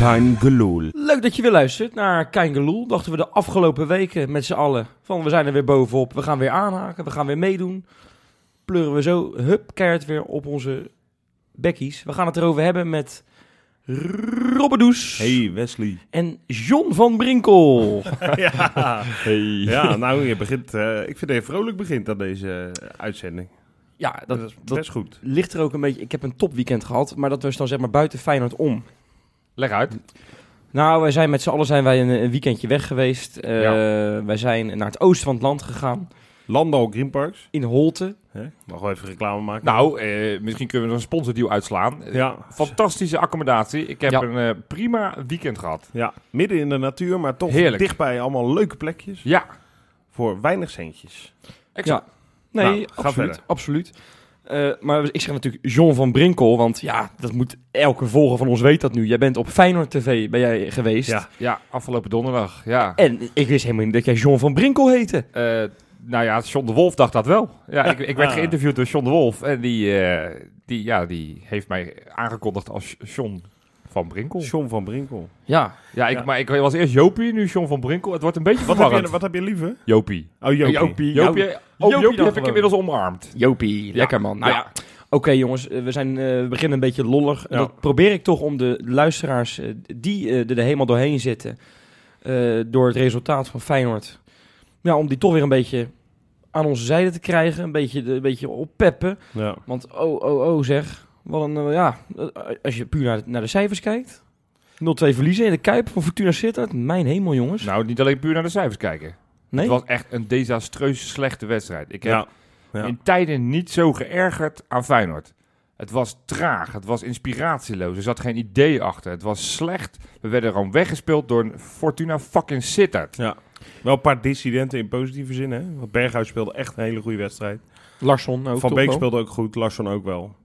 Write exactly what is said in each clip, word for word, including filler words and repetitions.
Kein Geloel. Leuk dat je weer luistert naar Kein Geloel. Dachten we de afgelopen weken met z'n allen van we zijn er weer bovenop. We gaan weer aanhaken, we gaan weer meedoen. Pleuren we zo, hup, keihard weer op onze bekkies. We gaan het erover hebben met Robbedoes. Hey Wesley. En John van Brinkel. ja. Hey. ja, nou je begint, uh, ik vind dat je vrolijk begint aan deze uh, uitzending. Ja, dat, dat is dat best goed. Ligt er ook een beetje, ik heb een topweekend gehad, maar dat was dan zeg maar buiten Feyenoord om. Leg uit. Nou, wij zijn met z'n allen zijn wij een, een weekendje weg geweest. Uh, Ja. Wij zijn naar het oosten van het land gegaan. Landal Green Parks. In Holte. Hè? Mag wel even reclame maken. Nou, eh, misschien kunnen we er een sponsordeal uitslaan. ja. Fantastische accommodatie. Ik heb Ja. een uh, prima weekend gehad. ja, midden in de natuur, maar toch Heerlijk. dichtbij allemaal leuke plekjes. Ja, Voor weinig centjes. exact. Nee, Nou, ga absoluut. verder. absoluut. Uh, maar ik zeg natuurlijk John van Brinkel, want ja, dat moet elke volger van ons weet dat nu. Jij bent op Feyenoord T V ben jij geweest. Ja. Ja, afgelopen donderdag. Ja. En ik wist helemaal niet dat jij John van Brinkel heette. Uh, nou ja, John de Wolf dacht dat wel. Ja, ik, ik werd Ah. geïnterviewd door John de Wolf. En die, uh, die, ja, die heeft mij aangekondigd als John van Brinkel. John van Brinkel. Ja. Ja, ik, Ja. maar ik was eerst Jopie, nu John van Brinkel. Het wordt een beetje Wat heb, verwarrend. je, wat heb je liever? Jopie. Oh, Jopie. Jopie. Jopie, Jou- oh, Jopie Jopie dan heb ik gewoon. inmiddels omarmd. Jopie, lekker man. Nou ja, Ja. oké okay, jongens, uh, we, zijn, uh, we beginnen een beetje lollig. Ja. Dat probeer ik toch om de luisteraars uh, die uh, er helemaal doorheen zitten, uh, door het resultaat van Feyenoord, ja, om die toch weer een beetje aan onze zijde te krijgen. Een beetje, een beetje oppeppen. Ja. Want oh, oh, oh zeg, wat een, uh, ja, uh, als je puur naar de, naar de cijfers kijkt. nul twee verliezen in de Kuip van Fortuna Sittard. Mijn hemel, jongens. Nou, niet alleen puur naar de cijfers kijken. Nee? Het was echt een desastreus slechte wedstrijd. Ik heb Ja. Ja. in tijden niet zo geërgerd aan Feyenoord. Het was traag, het was inspiratieloos, er zat geen idee achter. Het was slecht, we werden gewoon weggespeeld door een Fortuna fucking Sittard. Ja. Wel een paar dissidenten in positieve zin, hè? Want Berghuis speelde echt een hele goede wedstrijd. Larsson ook. Van toch Beek wel? speelde ook goed, Larsson ook wel.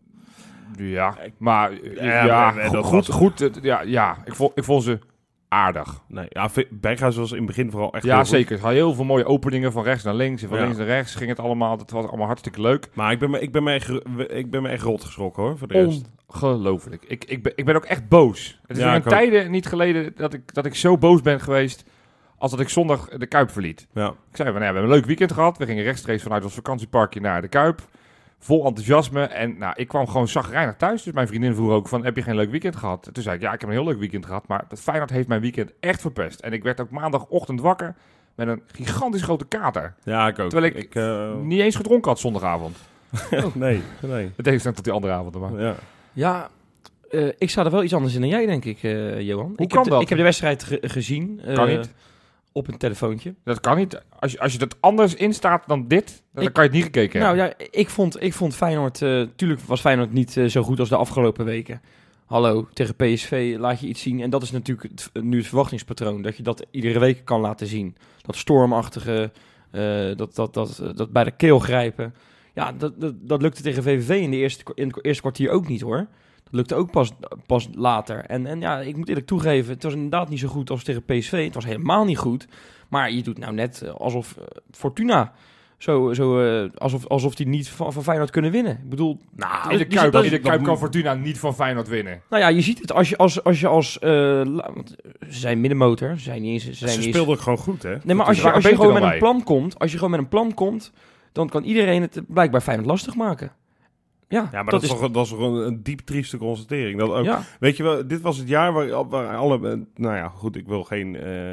Ja, maar uh, Ja, ja, maar dat goed, was- goed, het- ja, ja ik, vond, ik vond ze aardig. Nee, ja, V- Berghuis was in het begin vooral echt heel Ja, goed. zeker. Het had heel veel mooie openingen van rechts naar links en van Ja. links naar rechts ging het allemaal. Dat was allemaal hartstikke leuk. Maar ik ben me, ik ben me, echt, ik ben me echt rot geschrokken, hoor, voor de rest. Ongelooflijk. Ik, ik, ben, ik ben ook echt boos. Het is Ja, weer ik een ook. tijden niet geleden dat ik, dat ik zo boos ben geweest als dat ik zondag de Kuip verliet. Ja. Ik zei, van, nou ja, we hebben een leuk weekend gehad. We gingen rechtstreeks vanuit ons vakantieparkje naar de Kuip. Vol enthousiasme. En nou, ik kwam gewoon chagrijnig thuis. Dus mijn vriendin vroeg ook van, heb je geen leuk weekend gehad? Toen zei ik, ja, ik heb een heel leuk weekend gehad. Maar dat Feyenoord heeft mijn weekend echt verpest. En ik werd ook maandagochtend wakker met een gigantisch grote kater. Ja, ik ook. Terwijl ik uh... niet eens gedronken had zondagavond. nee, nee. Het tegenstelling tot die andere avond. Maar. Ja. Ja, uh, ik sta er wel iets anders in dan jij, denk ik, uh, Johan. Hoe ik kan heb de, dat? Ik heb de wedstrijd ge- gezien. Uh, Kan niet. Op een telefoontje. Dat kan niet. Als je, als je dat anders instaat dan dit, dan Ik- kan je het niet gekeken Nou hebben. ja, ik vond, ik vond Feyenoord... Uh, tuurlijk was Feyenoord niet uh, zo goed als de afgelopen weken. Hallo, tegen P S V laat je iets zien. En dat is natuurlijk het, nu het verwachtingspatroon. Dat je dat iedere week kan laten zien. Dat stormachtige, uh, dat, dat, dat, dat bij de keel grijpen. Ja, dat, dat, dat lukte tegen V V V in, de eerste, in het eerste kwartier ook niet, hoor. Dat lukte ook pas, pas later. En, en ja, ik moet eerlijk toegeven, het was inderdaad niet zo goed als tegen P S V. Het was helemaal niet goed. Maar je doet nou net uh, alsof uh, Fortuna... Zo, zo uh, alsof, alsof die niet van, van Feyenoord kunnen winnen. Ik bedoel, Nou, in de die- Kuip, dat- in de dat- Kuip kan Fortuna niet van Feyenoord winnen. nou ja, je ziet het als je als, als, je als uh, la, want ze zijn middenmotor, ze zijn niet eens... Ze, zijn Ze niet eens- speelden ook gewoon goed, hè? Nee, maar als je, waren als je beter gewoon met dan een wij. plan komt, als je gewoon met een plan komt, dan kan iedereen het blijkbaar Feyenoord lastig maken. Ja, Ja, maar dat, is toch, dat is toch een, een diep trieste constatering. Dat ook, ja. Weet je wel, dit was het jaar waar, waar alle... uh, Nou ja, goed, ik wil geen... Uh,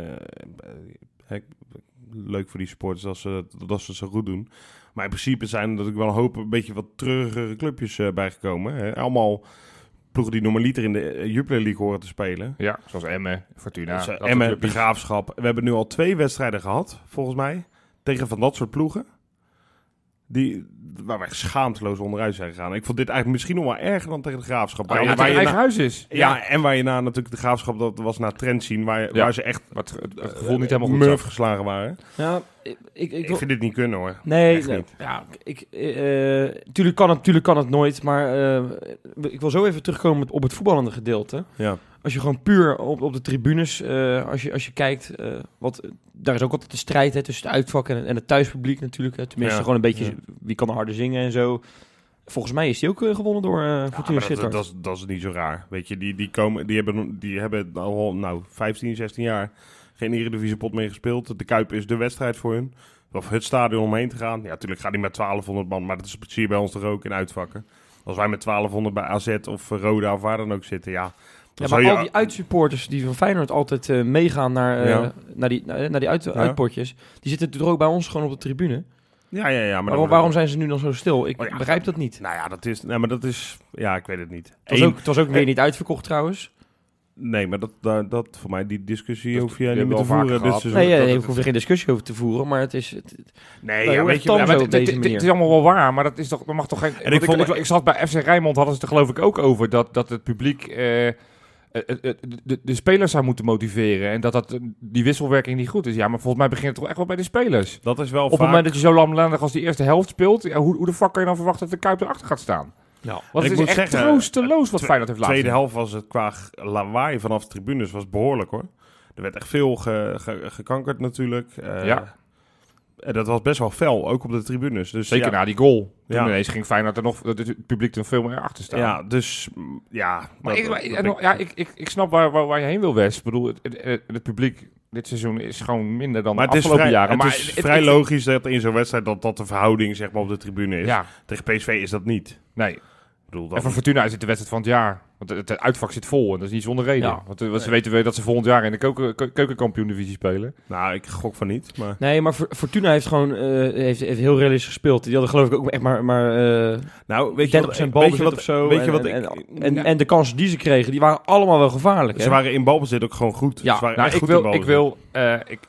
uh, leuk voor die supporters dat ze, dat ze het zo goed doen. Maar in principe zijn er natuurlijk wel een hoop een beetje wat treurigere clubjes uh, bijgekomen. Hè? Allemaal ploegen die normaliter in de uh, Jupiler League horen te spelen. Ja, zoals Emmen, Fortuna. Dus, uh, dat soort Emmen, de clubjes. Graafschap. We hebben nu al twee wedstrijden gehad, volgens mij. Tegen van dat soort ploegen. Die, waar wij schaamteloos onderuit zijn gegaan. Ik vond dit eigenlijk misschien nog wel erger dan tegen de Graafschap. Oh, ja, waar waar je je eigen na- huis is. ja, en waar je na natuurlijk de Graafschap, dat was na trend zien, waar, Ja. waar ze echt Wat het, het gevoel niet helemaal goed murf zat. geslagen waren. ja ik, ik, ik, Ik vind dit niet kunnen, hoor. nee, echt nee, niet. ja, ik, uh, tuurlijk, kan het, tuurlijk kan het nooit, maar uh, ik wil zo even terugkomen op het voetballende gedeelte. Ja. Als je gewoon puur op, op de tribunes, uh, als, je, als je kijkt, uh, wat, daar is ook altijd de strijd hè, tussen het uitvak en, en het thuispubliek natuurlijk. Hè. Tenminste, Ja, gewoon een beetje ja. wie kan er harder zingen en zo. Volgens mij is die ook uh, gewonnen door uh, Ja, Fortuna maar dat, Sittard. dat, is, dat is niet zo raar. Weet je, die, die, komen, die, hebben, die hebben al nou, vijftien, zestien jaar geen Eredivisiepot mee gespeeld. De Kuip is de wedstrijd voor hun. Of het stadion omheen te gaan. Ja, natuurlijk gaat hij met twaalfhonderd man, maar dat is, zie je bij ons toch ook in uitvakken. Als wij met twaalfhonderd bij A Z of Roda of waar dan ook zitten, ja... Ja, maar je, al die uitsupporters die van Feyenoord altijd uh, meegaan naar, uh, Ja. naar die, naar, naar die uit, Ja. uitpotjes, die zitten er ook bij ons gewoon op de tribune. Ja, ja, ja. Maar Waarom, dan- waarom zijn ze nu dan zo stil? Ik Oh ja. begrijp dat niet. Nou ja, dat is... Nee, maar dat is... Ja, ik weet het niet. Het was Eén- ook, het was ook weer eh, niet uitverkocht trouwens. Nee, maar dat, dat, dat voor mij, die discussie Dat- hoef jij die niet meer te hebben we al voeren. vaker Dit gehad. seizoen. Nee, Dat- uh, dat- ik hoef er geen discussie over te voeren, maar het is... Het, het- Nee, heel ja, erg weet je... tam wel, zo maar op dit- deze dit- manier. dit is allemaal wel waar, maar dat is toch, dat mag toch geen... En ik, ik vond- ik, ik zat bij F C Rijnmond, hadden ze het er geloof ik ook over, dat, dat het publiek eh, eh, eh, eh, de, de spelers zou moeten motiveren en dat, dat eh, die wisselwerking niet goed is. Ja, maar volgens mij begint het toch echt wel bij de spelers. Dat is wel Op het vaak... moment dat je zo lamlendig als die eerste helft speelt, ja, hoe, hoe de fuck kan je dan verwachten dat de Kuip erachter gaat staan? ja. Want Ik het is moet echt zeggen, troosteloos wat twe- Feyenoord heeft laten tweede zien. helft was het qua g- lawaai vanaf de tribunes was behoorlijk hoor. Er werd echt veel ge, ge- gekankerd natuurlijk. Eh, Ja. En dat was best wel fel, ook op de tribunes. Dus, Zeker ja, na die goal. Toen Ja. ineens ging Feyenoord er nog, dat het publiek er veel meer achter staan. Ja, dus mm, ja. Maar, dat- ik, maar- dat- en dat- nog- ja, ik, ik, ik snap waar, waar, waar je heen wil, Wes. Ik bedoel, het, het, het- het publiek dit seizoen is gewoon minder dan maar de het is afgelopen vrij, jaren. het maar is het- vrij ik- logisch dat in zo'n wedstrijd dat, dat de verhouding zeg maar, op de tribune is. Ja, Tegen P S V is dat niet. nee. Ik bedoel, En dat voor Fortuna is het de wedstrijd van het jaar. Want het, het uitvak zit vol en dat is niet zonder reden. Ja. Want, eh, want ze weten wel dat ze volgend jaar in de keuken, keu- keukenkampioen-divisie spelen. Nou, ik gok van niet. Maar... Nee, maar For- Fortuna heeft gewoon uh, heeft, heeft heel realistisch gespeeld. Die hadden geloof ik ook echt maar, maar uh, Nou, weet je dertig wat, procent weet je balbezit wat, of zo. Weet en, je wat en, ik... en, en, Ja. en de kansen die ze kregen, die waren allemaal wel gevaarlijk. Ze Hè? waren in balbezit ook gewoon goed. Ja. Ze waren Nou, echt ik goed in wil, ik balbezit. wil eh, ik,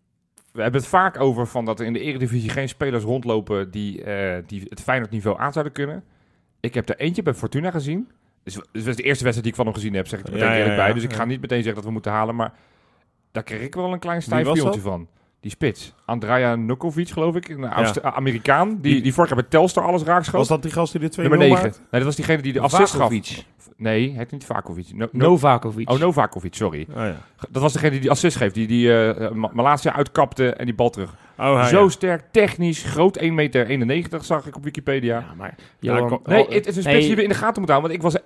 we hebben het vaak over van dat er in de Eredivisie geen spelers rondlopen die, eh, die het Feyenoord niveau aan zouden kunnen. Ik heb er eentje bij Fortuna gezien. Dus dus dat is de eerste wedstrijd die ik van hem gezien heb, zeg ik er meteen Ja, ja, eerlijk ja, bij. Dus ik ja. ga niet meteen zeggen dat we moeten halen, maar daar kreeg ik wel een klein Wie stijf was pieltje dat? van. Die spits. Andrija Nukovic, geloof ik. Een Ja. Aust- Amerikaan. Die, Die- die vorig jaar bij Telstar alles raakschoot. Was dat die gast die de twee Nummer nul negen. maakt? Nee, dat was diegene die de assist gaf. Vakovic. Nee, het heet niet Vakovic. No, no- Novakovic. Oh, Novakovic, sorry. Oh, ja. Dat was degene die die assist geeft. Die, die uh, Malasia uitkapte en die bal terug. Oh, hij, Zo ja. sterk, technisch, groot één meter eenennegentig zag ik op Wikipedia. Ja, maar... Ja, Johan, kom- Nee, Oh, het is een spits nee. die we in de gaten moeten houden. Want ik was...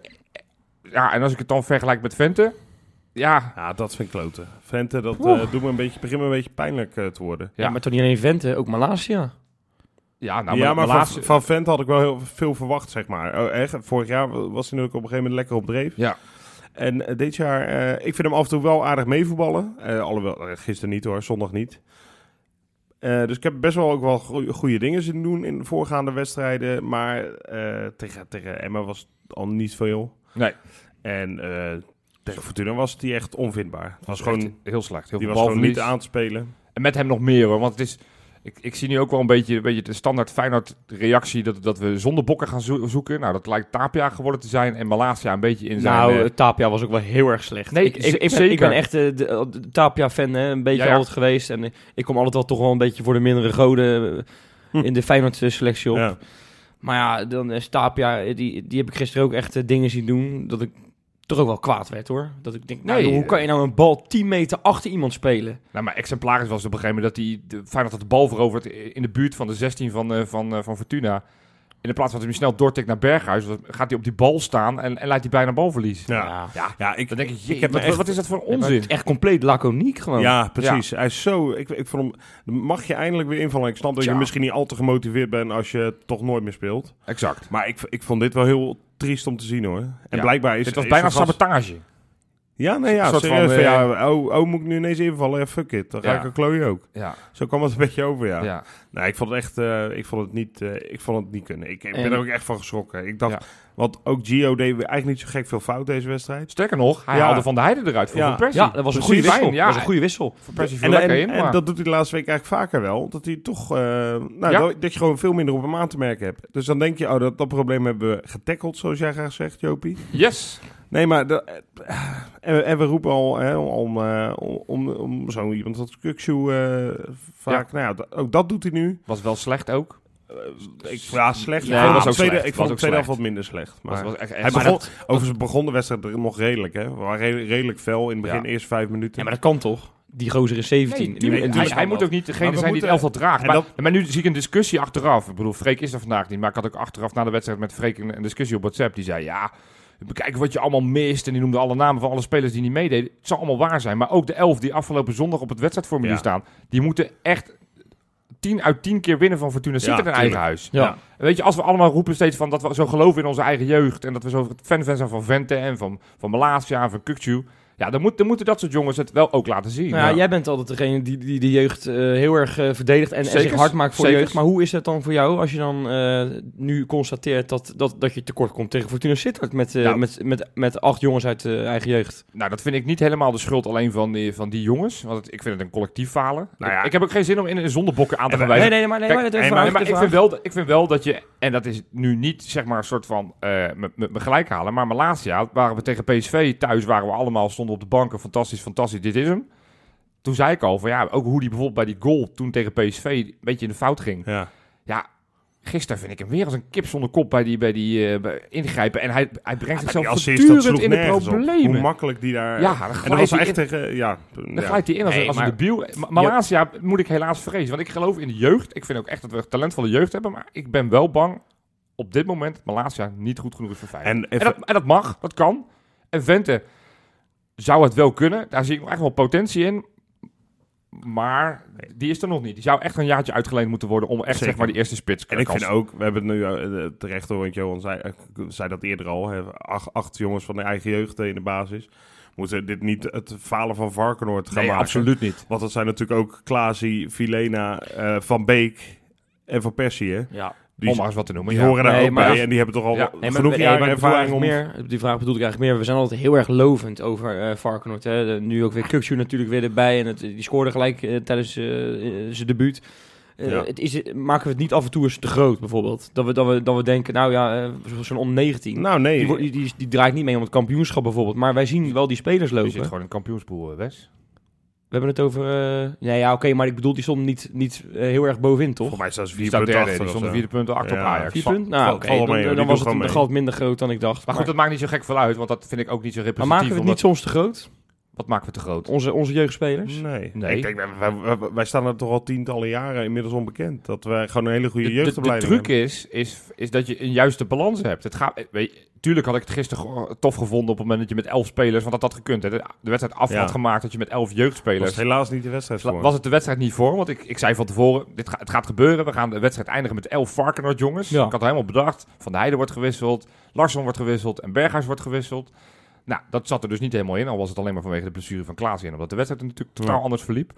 Ja, en als ik het dan vergelijk met Vente... Ja, Ja, dat vind ik kloten. Vente, dat Oeh. eh doet me een beetje, begint me een beetje pijnlijk eh, te worden. ja. Ja. maar toch niet alleen Vente, ook Malasia. ja, nou, ja, maar Malasia- van, van Vente had ik wel heel veel verwacht, zeg maar. Oh, echt? Vorig jaar was hij natuurlijk op een gegeven moment lekker op dreef. Ja. En eh, dit jaar, eh, ik vind hem af en toe wel aardig meevoetballen. Eh alhoewel, eh, gisteren niet hoor, zondag niet. Eh, dus ik heb best wel ook wel goe- goede dingen zien doen in de voorgaande wedstrijden. Maar eh, tegen, tegen Emma was het al niet veel. Nee. En eh, tegen Fortuna was die echt onvindbaar. Het was gewoon, Echt heel slecht. Heel die veel was gewoon niet balverlies. aan te spelen. En met hem nog meer hoor. Want het is... Ik, ik zie nu ook wel een beetje, een beetje de standaard Feyenoord reactie dat, dat we zonder bokken gaan zo- zoeken. Nou, dat lijkt Tapia geworden te zijn en Malasia een beetje in zijn... Nou, eh, uh, Tapia was ook wel heel erg slecht. Nee, ik, ik, ik, ben, zeker. ik ben echt uh, de, de Tapia-fan, hè, een beetje Ja, ja. altijd geweest. En uh, ik kom altijd wel toch wel een beetje voor de mindere goden uh, Hm. in de Feyenoord-selectie op. Ja. Maar ja, dan is Tapia, die, die heb ik gisteren ook echt uh, dingen zien doen dat ik toch ook wel kwaad werd, hoor. Dat ik denk, nou, Nee, joh, hoe kan je nou een bal tien meter achter iemand spelen? Nou, maar exemplarisch was op een gegeven moment dat hij de Feyenoord had de bal veroverd in de buurt van de zestien van, uh, van, uh, van Fortuna. In de plaats van dat hij hem snel doortikt naar Berghuis, gaat hij op die bal staan en, en leidt hij bijna balverlies. Ja. ja. Ja, ik, Dan denk ik, ik jee, heb me wat, echt- wat is dat voor een Ja, maar onzin? het is echt compleet laconiek gewoon. Ja, precies. Hij is zo... Ik, ik vond hem... Mag je eindelijk weer invallen? Ik snap dat je Tja. misschien niet al te gemotiveerd bent als je toch nooit meer speelt. Exact. Maar ik, ik vond dit wel heel triest om te zien, hoor. En Ja. blijkbaar is... Dit was is bijna er vast- sabotage. Ja, nee, ja. Een soort serieus. van, Van, eh, ja, oh, oh, moet ik nu ineens invallen? Ja, fuck it. Dan ga Ja. ik een klooien ook. Ja, Zo kwam het een beetje over, ja. ja. Nee, ik vond het echt... eh, ik vond het niet, eh, ik vond het niet kunnen. Ik, ik ben En- er ook echt van geschrokken. Ik dacht... Ja. Want ook Gio deed eigenlijk niet zo gek veel fout deze wedstrijd. Sterker nog, hij Ja. haalde Van de Heide eruit voor Ja. Van Persie. Ja, dat was een Precies. goede wissel. Fijn, ja. Dat was een goede wissel. Van Persie viel En, lekker en, in, en maar... dat doet hij de laatste week eigenlijk vaker wel. Dat hij toch... eh, nou, Ja. dat, dat je gewoon veel minder op hem aan te merken hebt. Dus dan denk je, oh, dat, dat probleem hebben we getackeld, zoals jij graag zegt, Jopie. Yes. Nee, maar... De, en, en we roepen al hè, om, uh, om, om zo iemand als Kukshoe uh, vaak... Nou ja, dat- ook dat doet hij nu. Was wel slecht ook. Uh, ik, ja, slecht. Nee, Ja, was ook tweede, slecht. Ik Was vond ook de tweede helft slecht. wat minder slecht. Maar Was, was echt, echt hij maar begon, dat- overigens begon de wedstrijd nog redelijk, hè. We waren re- redelijk fel in het begin, Ja. eerste vijf minuten. Ja, maar dat kan toch? die gozer is zeventien. Nee, tuurlijk. Die- hij, die- hij moet ook niet degene Maar we zijn die het moeten- elftal draagt. en Maar, dat- maar nu zie ik een discussie achteraf. Ik bedoel, Freek is er vandaag niet. Maar ik had ook achteraf na de wedstrijd met Freek een, een discussie op WhatsApp. Die zei, ja, bekijk wat je allemaal mist. En die noemde alle namen van alle spelers die niet meededen. Het zal allemaal waar zijn. Maar ook de elf die afgelopen zondag op het wedstrijdformulier Ja. staan. Die moeten echt tien uit tien keer winnen van Fortuna Sittard in eigen huis. Ja. Ja. En weet je, als we allemaal roepen steeds van dat we zo geloven in onze eigen jeugd. En dat we zo fan zijn van Vente en van, van Malasia en van Kukçu. Ja, dan, moet, dan moeten dat soort jongens het wel ook laten zien. Nou ja, Ja. jij bent altijd degene die, die de jeugd eh, heel erg eh, verdedigt en, en Zekers, zich hard maakt voor de zekers. jeugd. Maar hoe is het dan voor jou als je dan eh, nu constateert dat, dat, dat je tekort komt tegen Fortuna Sittard met, eh, Nou. met, met, met acht jongens uit de eigen jeugd? Nou, dat vind ik niet helemaal de schuld alleen van die, van die jongens. Want het- ik vind het een collectief falen. Nou ja. ik, ik heb ook geen zin om in een zondebokken aan te En we- gaan wijzen. Nee, nee, maar, nee, Kijk, maar, dat is nee, een maar- vraag, maar dat ik is vind, een wel, ik vind wel dat je, en dat is nu niet zeg maar een soort van eh, me, me, me gelijk halen, maar Malasia waren we tegen P S V thuis, waren we allemaal, stonden op de banken, fantastisch, fantastisch, dit is hem. Toen zei ik al van ja, ook hoe die bijvoorbeeld bij die goal toen tegen P S V een beetje in de fout ging. Ja. Ja, gisteren vind ik hem weer als een kip zonder kop bij die, bij die eh, bij ingrijpen. En hij, hij brengt Maar zichzelf die assist, dat voortdurend sloeg in de nergens op. Hoe problemen. makkelijk die daar... Ja, dan en dat glijdt was hij echt in- tegen... Ja, Dan ja. glijdt hij in als, Nee, een- als maar- een debiel. Ma- Malasia moet ik helaas vrezen. Want ik geloof in de jeugd. Ik vind ook echt dat we talentvolle jeugd hebben. Maar ik ben wel bang op dit moment dat Malasia niet goed genoeg is voor Feyenoord. En En, even, dat, en dat mag, dat kan. En Vente zou het wel kunnen. Daar zie ik nog echt wel potentie in. Maar die is er nog niet. Die zou echt een jaartje uitgeleend moeten worden om echt Zeker. zeg maar die eerste spits en ik kans- vind ook, we hebben het nu uh, terecht hoor, want Johan zei, uh, zei dat eerder al, hè, acht, acht jongens van de eigen jeugd in de basis. Moeten dit niet het falen van Varkenoord gaan Nee, maken? absoluut niet. Want dat zijn natuurlijk ook Klaasie, Vilena, uh, Van Beek en Van Persie, hè? Ja. Die, Om maar eens wat te noemen. die ja. horen daar Nee, ook maar- bij en die hebben toch al Ja. Nee, maar, genoeg nee, jaren maar ik bedoel ervaring om... eigenlijk meer, die vraag bedoel ik eigenlijk meer. We zijn altijd heel erg lovend over eh Varkenoord. Hè. De- nu ook weer Kukçu natuurlijk weer erbij. En het, die scoorde gelijk eh, tijdens eh, eh, zijn debuut. Eh, Ja. het is, maken we het niet af en toe eens te groot, bijvoorbeeld? Dat we, dat we, dat we denken, nou ja, eh, zo'n onder negentien. Nou nee, Die, wordt- die, die, die draait niet mee om het kampioenschap bijvoorbeeld. Maar wij zien wel die spelers Je lopen. zit gewoon in een kampioenspool, Wes. We hebben het over... eh nee, ja, oké, maar ik bedoel, die stond niet, niet eh, heel erg bovenin, toch? voor mij staan ze Die vier staat punten derde. achter Die of stonden zo. vierde punten achter op Ja. Ajax. Vier Va- punten? Nou, val- oké, val wel dan, mee, hoor. dan Die was doen het gewoon een mee. gat minder groot dan ik dacht. Maar goed, dat maakt niet zo gek veel uit, want dat vind ik ook niet zo maar representatief. maken we het niet omdat- soms te groot? Wat maken we te groot? Onze, onze jeugdspelers? Nee. Nee. Ik denk, wij, wij, wij- wij staan er toch al tientallen jaren inmiddels onbekend. Dat wij gewoon een hele goede De, de, de jeugdopleiding truc is, is, is dat je een juiste balans hebt. Het gaat, weet je, tuurlijk had ik het gisteren go- tof gevonden op het moment dat je met elf spelers, want dat had gekund. Hè, de, de wedstrijd af Ja. had gemaakt dat je met elf hebben. Was jeugdspelers... het helaas niet de wedstrijd voor. Was het de wedstrijd niet voor? Want ik, ik zei van tevoren, dit ga, het gaat gebeuren. We gaan de wedstrijd eindigen met elf Varkenoord jongens. Ja. Ik had helemaal bedacht. Van de Heide wordt gewisseld, Larsson wordt gewisseld en Berghuis wordt gewisseld. Nou, dat zat er dus niet helemaal in. Al was het alleen maar vanwege de blessure van Klaas in. Omdat de wedstrijd natuurlijk totaal Ja. anders verliep.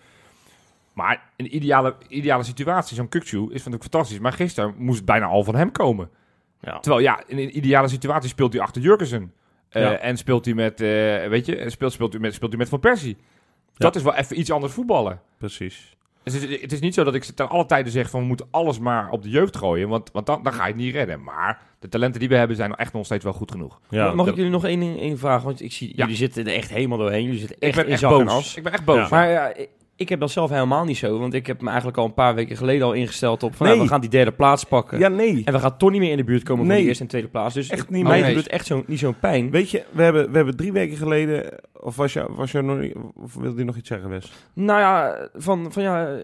Maar in de ideale, ideale situatie, zo'n Kukçu is natuurlijk fantastisch. Maar gisteren moest het bijna al van hem komen. Ja. Terwijl ja, in een ideale situatie speelt hij achter Jurgensen. Eh, Ja. En speelt hij met, eh, weet je, speelt, speelt, hij met, speelt hij met Van Persie. Dat is wel even iets anders voetballen. Precies. Dus het, is, het is niet zo dat ik ten alle tijden zeg van we moeten alles maar op de jeugd gooien. Want, want dan, dan ga je het niet redden. Maar de talenten die we hebben zijn echt nog steeds wel goed genoeg. Ja, Mag dat- ik jullie nog één ding één vragen? Want ik zie, Ja. jullie zitten er echt helemaal doorheen. Jullie zitten Ik echt ben in echt zak en boos. as. Ik ben echt boos. Ja. Maar ja, ik- ik heb dat zelf helemaal niet zo. Want ik heb me eigenlijk al een paar weken geleden al ingesteld op van... Nee. nou, we gaan die derde plaats pakken. ja, nee. En we gaan toch niet meer in de buurt komen van Nee. de eerste en tweede plaats. Dus Echt niet mij meer. doet het echt zo, niet zo'n pijn. Weet je, we hebben, we hebben drie weken geleden... Of was je, was je nog niet... Of wilde je nog iets zeggen, Wes? Nou ja, van, van ja...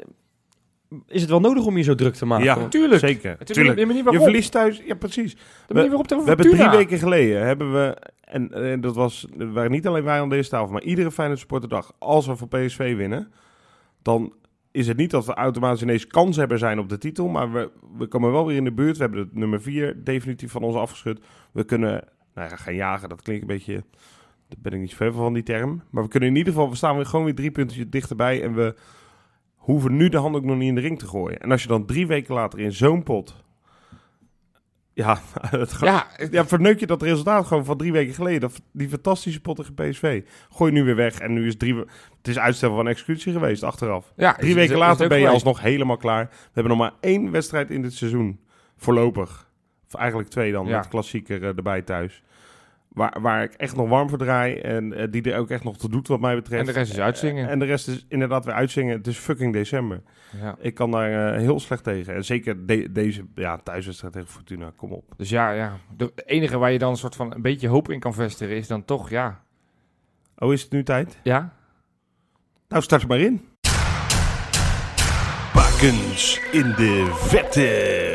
Is het wel nodig om je zo druk te maken? Ja, Want- tuurlijk. Zeker. Het is Tuurlijk. de manier Je waarop. verliest thuis... Ja, precies. De manier waarop tegen We hebben Fortuna. drie weken geleden hebben we... En eh, dat was... Er waren niet alleen wij aan deze tafel, maar iedere Feyenoord supporter dacht... Als we voor P S V winnen, dan is het niet dat we automatisch ineens kanshebber zijn op de titel. Maar we, we komen wel weer in de buurt. We hebben het nummer vier definitief van ons afgeschud. We kunnen... Nou ja, gaan jagen, dat klinkt een beetje... Daar ben ik niet zo ver van, die term. Maar we kunnen in ieder geval... We staan weer gewoon weer drie puntjes dichterbij. En we hoeven nu de hand ook nog niet in de ring te gooien. En als je dan drie weken later in zo'n pot... Ja, het gaat... Ja, Ja, verneuk je dat resultaat gewoon van drie weken geleden. Dat, die fantastische pot tegen P S V. Gooi je nu weer weg. En nu is drie... Het is uitstel van executie geweest, achteraf. ja, Drie is- weken is- is later ook ben je geweest. alsnog helemaal klaar. We hebben nog maar één wedstrijd in dit seizoen. Voorlopig. Of eigenlijk twee dan, Ja. met klassieker eh, erbij thuis. Waar, waar ik echt nog warm voor draai. En eh, die er ook echt nog te doet wat mij betreft. En de rest is uitzingen. Eh, en de rest is inderdaad weer uitzingen. Het is fucking december. Ja. Ik kan daar eh, heel slecht tegen. En zeker de- deze ja, thuiswedstrijd tegen Fortuna. Kom op. Dus ja, ja. De enige waar je dan een soort van een beetje hoop in kan vestigen is dan toch, ja. Oh, is het nu tijd? Ja? Nou, start maar in. Bakens in de vette.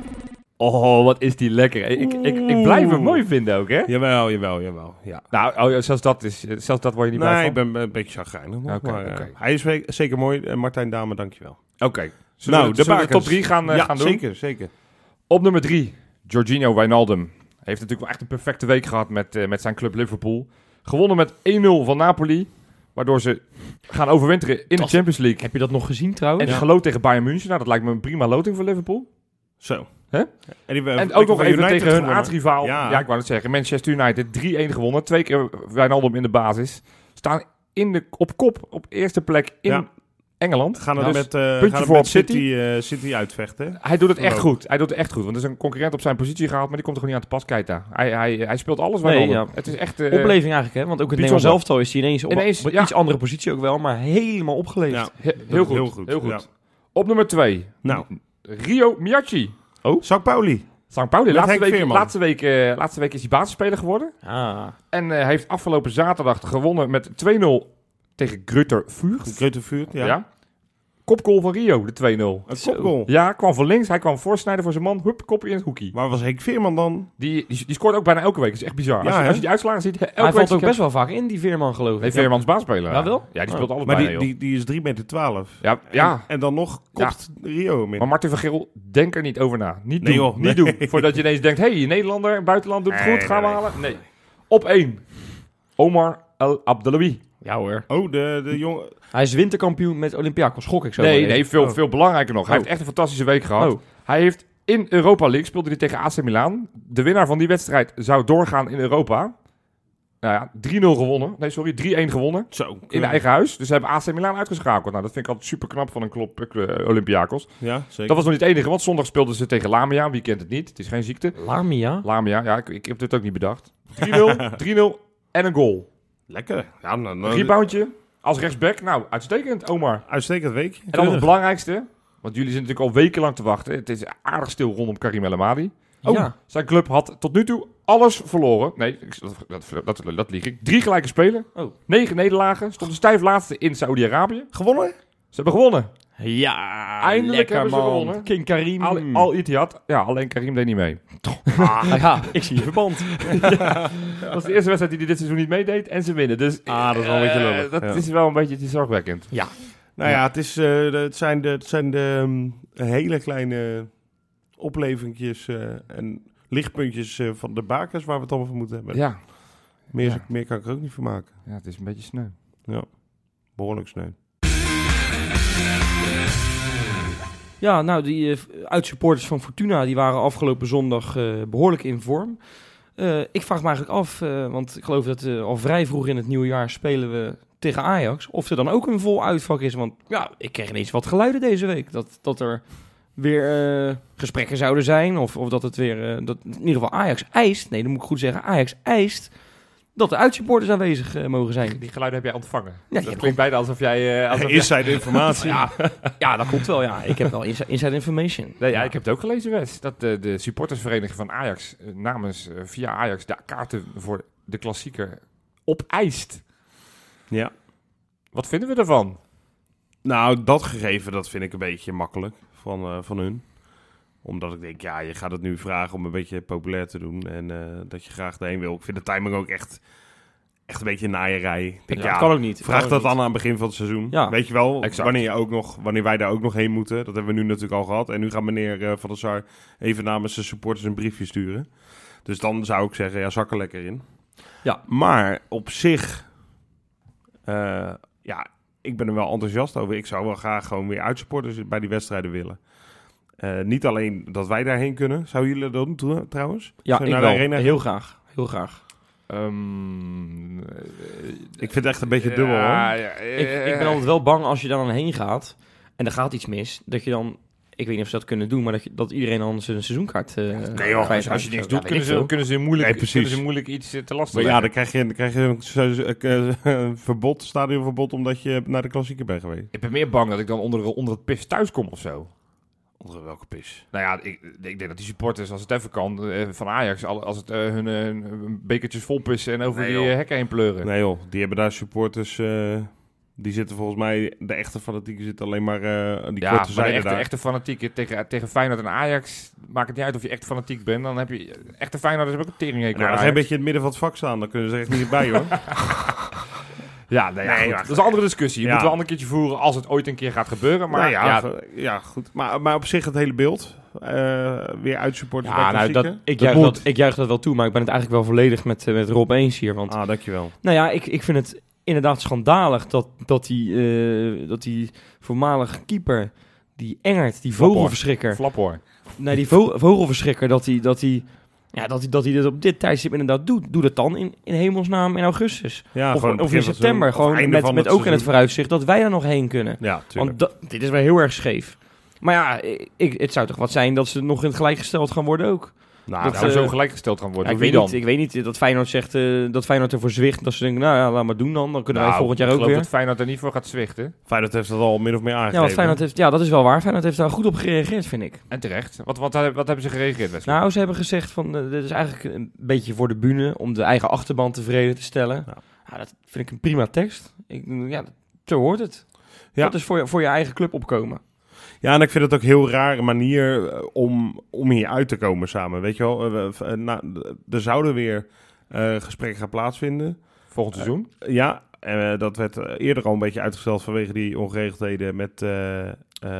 Oh, wat is die lekker. Ik, ik, ik blijf hem mooi vinden ook, hè? Jawel, jawel, jawel. Ja. Nou, oh, ja, zelfs, dat is, zelfs dat word je niet blij Nee, van? ik ben ben een beetje chagrijnig. nog, Oké, maar, uh, oké. Hij is we- zeker mooi. Uh, Martijn Dame, dankjewel. Oké. Okay. Zullen, Nou, we, de zullen we de bakens. top drie gaan, uh, ja, gaan doen? zeker, zeker. Op nummer drie, Jorginho Wijnaldum. Heeft natuurlijk wel echt een perfecte week gehad met, uh, met zijn club Liverpool. Gewonnen met één nul van Napoli. Waardoor ze gaan overwinteren in Dat- de Champions League. Heb je dat nog gezien trouwens? En ja. geloot tegen Bayern München. Nou, dat lijkt me een prima loting voor Liverpool. Zo. Hè? En, die, uh, En ook nog van even United tegen hun gewonnen. aardrivaal. Ja. Ja. ik wou het zeggen. Manchester United drie-een gewonnen. Twee keer Wijnaldum in de basis. Staan in de, op kop op eerste plek in Ja. Engeland. Gaan het Dus met, uh, puntje gaan het voor met op City. City, uh, City uitvechten. Hij doet het echt Oh. goed. Hij doet het echt goed. Want er is een concurrent op zijn positie gehaald, maar die komt er gewoon niet aan te pas. Keita. Hij, hij, hij speelt alles Nee, Wijnaldum. ja. Het is echt... uh, Opleving eigenlijk, hè? Want ook het Nederlands bijzonder. elftal is hij ineens op, Ineens, op een ja. iets andere positie ook wel, maar helemaal opgeleefd. Ja. he- heel, goed. Heel goed, Heel goed. ja. Op nummer twee. Nou, Rio Miyachi. Sao Pauli. Sankt Pauli. Met Laatste Henk week, Veerman. laatste, week, uh, laatste week is hij basisspeler geworden. Ah, En uh, heeft afgelopen zaterdag gewonnen met twee nul tegen Grutter Vuurt. Gruttenvuurt, ja. Ja. Kopgoal van Rio, de twee nul. Een Zo. kopgoal. Ja, kwam van links. Hij kwam voorsnijden voor zijn man. Hup, kopje in het hoekie. Waar was Henk Veerman dan? Die, die, die scoort ook bijna elke week. Dat is echt bizar. Ja, als, je, hè? als je die uitslagen ziet, elke hij week valt zie ook je- best wel vaak in, die Veerman geloof ik. Nee, Veermans baasspeler. Ja, wel? Ja, die speelt alles Maar bijna, die, joh. die, die is drie meter twaalf. Ja, ja. En, en dan nog kopt Rio hem in. Maar Martin van Geel, denk er niet over na. Niet Nee, doen. joh, Niet nee. doen. Voordat je ineens denkt, hé, hey, Nederlander, buitenland doet het Nee, goed, gaan we nee, halen. Nee. Op één. Omar El Abdellaoui. Ja hoor. Oh, de, de jongen... Hij is winterkampioen met Olympiakos, gok ik zo. Nee, maar nee, even. veel, Oh. veel belangrijker nog. Hij Oh. heeft echt een fantastische week gehad. Oh. Hij heeft in Europa League, speelde hij tegen A C Milan. De winnaar van die wedstrijd zou doorgaan in Europa. Nou ja, drie nul gewonnen. Nee, sorry, drie-een gewonnen. Zo. In eigen huis. Dus ze hebben A C Milan uitgeschakeld. Nou, dat vind ik altijd super knap van een club uh, Olympiakos. Ja, zeker. Dat was nog niet het enige, want zondag speelden ze tegen Lamia. Wie kent het niet? Het is geen ziekte. Lamia? Lamia, ja, ik, ik heb dit ook niet bedacht. drie nul, drie nul en een goal. Lekker. Ja, nou, nou, Reboundje als rechtsback. Nou, uitstekend, Omar. uitstekend weekje. En dan het belangrijkste, want jullie zijn natuurlijk al wekenlang te wachten. Het is aardig stil rondom Karim El Amadi. Oh. Ja. Zijn club had tot nu toe alles verloren. Nee, ik- dat, dat, dat, dat lieg ik. Drie gelijke spelen. Oh. Negen nederlagen. Stonden stijf laatste in Saudi-Arabië. Gewonnen? Ze hebben gewonnen. Ja, Eindelijk lekker, hebben ze man. gewonnen. King Karim. Al, al Ittihad. Ja, alleen Karim deed niet mee. Ah, ja, ik zie je verband. Dat was de eerste wedstrijd die hij dit seizoen niet meedeed. En ze winnen. Dus Ah, dat is wel een beetje eh, lullig. Dat Ja. is wel een beetje het is zorgwekkend. Ja. Nou ja, het, is, eh, de- het zijn de, het zijn de um, hele kleine oplevingjes eh, en lichtpuntjes eh, van de bakers waar we het allemaal van moeten hebben. Ja. Meer, Ja. meer kan ik er ook niet van maken. Ja, het is een beetje sneu. Behoorlijk sneu. Ja, nou, die uh, uitsupporters van Fortuna die waren afgelopen zondag uh, behoorlijk in vorm. Uh, ik vraag me eigenlijk af, uh, want ik geloof dat uh, al vrij vroeg in het nieuwe jaar spelen we tegen Ajax. Of er dan ook een vol uitvak is. Want ja, ik kreeg ineens wat geluiden deze week. Dat, dat er weer uh, gesprekken zouden zijn. Of, of dat het weer, uh, dat in ieder geval Ajax eist. Nee, dat moet ik goed zeggen. Ajax eist dat de uitsupporters aanwezig uh, mogen zijn. Die geluiden heb jij ontvangen. Ja, dat ja, klinkt bijna alsof jij... Uh, alsof Inside jij... informatie. ja, ja, dat klopt wel. Ja. Ik heb wel inside, inside information. Nee, ja, ik heb het ook gelezen, Wes. Dat de, de supportersvereniging van Ajax uh, namens uh, via Ajax de kaarten voor de klassieker opeist. Ja. Wat vinden we ervan? Nou, dat gegeven, dat vind ik een beetje makkelijk van, uh, van hun. Omdat ik denk, ja, je gaat het nu vragen om een beetje populair te doen. En uh, dat je graag erheen wil. Ik vind de timing ook echt, echt een beetje naaierij. Ik denk, Ja, ja, dat kan ook niet. vraag Kan dat ook niet. dan aan het begin van het seizoen. Ja. Weet je wel, Exact. wanneer, je ook nog, wanneer wij daar ook nog heen moeten. Dat hebben we nu natuurlijk al gehad. En nu gaat meneer uh, Van der Sar even namens de supporters een briefje sturen. Dus dan zou ik zeggen, ja, zak er lekker in. Ja. Maar op zich, uh, ja, ik ben er wel enthousiast over. Ik zou wel graag gewoon weer uitsupporters bij die wedstrijden willen. Uh, niet alleen dat wij daarheen kunnen. Zouden jullie dat doen trouwens? Ja, Zou ik je wel. naar de arena Heel graag. Heel graag. Um, Ik vind het echt een beetje dubbel, hoor. ja, Ik, ik ben altijd wel bang als je dan heen gaat en er gaat iets mis, dat je dan, ik weet niet of ze dat kunnen doen, maar dat, je, dat iedereen dan zijn seizoenkaart uh, nee, joh, als, als je niks doet, ja, kunnen, ze, kunnen, ze moeilijk, Nee, precies. kunnen ze moeilijk iets uh, te lasten Maar ja, leggen. dan krijg je, dan krijg je een, een, een verbod, stadionverbod, omdat je naar de klassieker bent geweest. Ik ben meer bang dat ik dan onder, onder het pis thuis kom of zo. Onder welke pis? Nou ja, ik, ik denk dat die supporters, als het even kan, uh, van Ajax, al- als het uh, hun, uh, hun bekertjes vol pissen en over Nee, die joh. uh, hekken heen pleuren. Nee joh, die hebben daar supporters uh, Die zitten volgens mij, de echte fanatieken zitten alleen maar uh, die ja, korte maar de zijde echte, daar. echte fanatieken tegen, tegen Feyenoord en Ajax, maakt het niet uit of je echt fanatiek bent. Dan heb je echte Feyenoorders hebben ook een teringhekel. Nou, dan ga je een beetje in het midden van het vak staan. Dan kunnen ze er echt niet bij, hoor. Ja, nee, ja, Nee, goed. ja, dat is een andere discussie. Je ja. moet wel een ander keertje voeren als het ooit een keer gaat gebeuren. Maar Nou ja, ja, v- ja, goed. Maar, maar op zich het hele beeld. Uh, weer uitsupporters Ja, bij nou, klassieken. dat, ik, Dat juich moet. dat, ik juich dat wel toe, maar ik ben het eigenlijk wel volledig met, uh, met Rob eens hier. Want Ah, dankjewel. nou ja, ik, ik vind het inderdaad schandalig dat, dat, die, uh, dat die voormalige keeper, die Engert, die Flaphoor. vogelverschrikker... Flaphoor. Nee, die vo- vogelverschrikker, dat hij dat die, ja, dat die, dat die dit op dit tijdstip inderdaad doet. Doe dat dan in, in hemelsnaam in augustus. Ja, of gewoon of in begin van het september. seizoen, of Gewoon einde met, van met het ook in het seizoen. vooruitzicht dat wij er nog heen kunnen. Ja, tuurlijk. Want dat, dit is wel heel erg scheef. Maar ja, ik, het zou toch wat zijn dat ze nog in het gelijkgesteld gaan worden ook. Nou, dat, Nou, eh, zo gelijkgesteld gaan Ja, worden. ik, Wie weet dan? niet, ik weet niet dat Feyenoord zegt uh, dat Feyenoord ervoor zwicht. Dat ze denken, nou ja, laat maar doen dan. Dan kunnen wij Nou, volgend jaar ik ook geloof weer. dat Feyenoord er niet voor gaat zwichten. Feyenoord heeft dat al min of meer aangegeven. Ja, want Feyenoord heeft, ja, dat is wel waar. Feyenoord heeft daar goed op gereageerd, vind ik. En terecht. Wat, wat, wat hebben ze gereageerd, Wesley? Nou, ze hebben gezegd van, uh, dit is eigenlijk een beetje voor de bühne om de eigen achterban tevreden te stellen. Ja. Ja, dat vind ik een prima tekst. Ik, ja, zo hoort het. Ja. Dat is voor je, voor je eigen club opkomen. Ja, en ik vind het ook een heel rare manier uh, om, om hier uit te komen samen. Weet je wel, uh, uh, uh, nou, er zouden weer uh, gesprekken gaan plaatsvinden. Volgend seizoen? Uh, ja, uh, dat werd uh, eerder al een beetje uitgesteld vanwege die ongeregeldheden met uh, uh,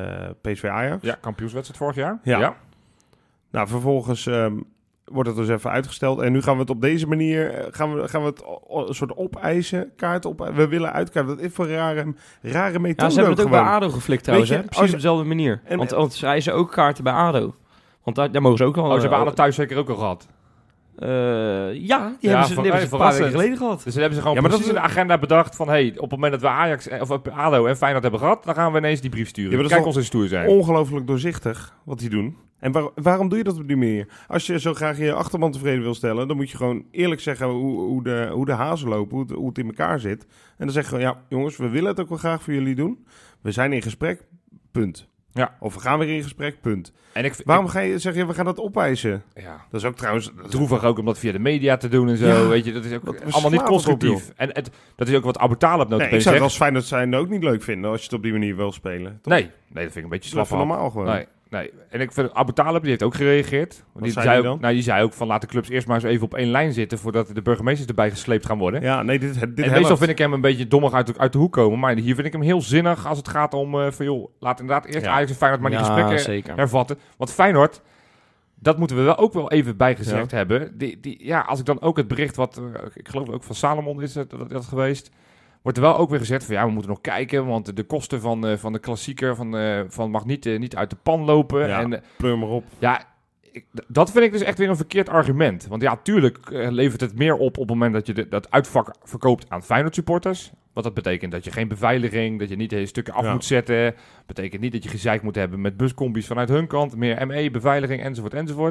P S V Ajax. Ja, kampioenswedstrijd vorig jaar. Ja. ja. Nou, vervolgens um, wordt het dus even uitgesteld. En nu gaan we het op deze manier, uh, gaan we, gaan we het o- een soort opeisen, kaart op. We willen uitkaarten. Dat is voor een rare, rare methode. Ja, ze hebben het ook gewoon. bij ADO geflikt trouwens, Weet hè? je, Precies als op je- dezelfde manier. En- want, want zij ze ook kaarten bij ADO. Want daar, daar mogen ze ook al... Oh, ze hebben uh, alle thuis zeker ook al gehad. Uh, ja, die Ja, hebben ze, die ver- hebben ze een paar verrassend. weken geleden gehad. Dus dan hebben ze gewoon Ja, maar precies dat in is- de agenda bedacht van... hey, op het moment dat we Ajax of ADO en Feyenoord hebben gehad... dan gaan we ineens die brief sturen. Ja, maar dat Kijk is ons eens stoer zijn. Ongelooflijk doorzichtig wat die doen. En waar- waarom doe je dat op die manier? Als je zo graag je achterban tevreden wil stellen, dan moet je gewoon eerlijk zeggen hoe, hoe, de, hoe de hazen lopen, hoe het, hoe het in elkaar zit. En dan zeg je gewoon, ja jongens, we willen het ook wel graag voor jullie doen. We zijn in gesprek, punt. Ja. Of we gaan weer in gesprek, punt. En ik, Waarom ga je zeggen, we gaan dat opeisen? ik, ja, Dat is ook trouwens... dat is- droevig ook om dat via de media te doen en zo. Ja. Weet je, dat is ook Wat allemaal niet slaat het op, constructief. En het, dat is ook wat Abu Talib Nee, notabene ik zou het zegt. als Feyenoord zijn ook niet leuk vinden als je het op die manier wil spelen. Toch? Nee, nee, dat vind ik een beetje Dat is slap. even normaal gewoon. Nee, nee. En ik vind Abu Talib, die heeft ook gereageerd. Die zei zei, die ook, dan? nou, die zei ook van laat de clubs eerst maar eens even op één lijn zitten voordat de burgemeesters erbij gesleept gaan worden. Ja, nee, dit, dit en helpt. meestal vind ik hem een beetje dommig uit de, uit de hoek komen. Maar hier vind ik hem heel zinnig als het gaat om uh, van joh, laat inderdaad eerst Ja. Ajax en Feyenoord maar die Ja, gesprekken zeker. hervatten. Want Feyenoord, dat moeten we wel ook wel even bijgezegd Ja. hebben. Die, die, ja, als ik dan ook het bericht wat, uh, ik geloof ook van Salomon is het, dat, dat geweest... Wordt er wel ook weer gezegd van ja, we moeten nog kijken, want de kosten van, uh, van de klassieker van, uh, van mag niet, uh, niet uit de pan lopen. Ja. En uh, Pleur maar op. ja, ik, d- dat vind ik dus echt weer een verkeerd argument. Want ja, tuurlijk uh, levert het meer op op het moment dat je de, dat uitvak verkoopt aan Feyenoord supporters. Wat dat betekent dat je geen beveiliging, dat je niet hele stukken af Ja. moet zetten. Betekent niet dat je gezeik moet hebben met buscombi's vanuit hun kant. Meer M E, beveiliging enzovoort enzovoort.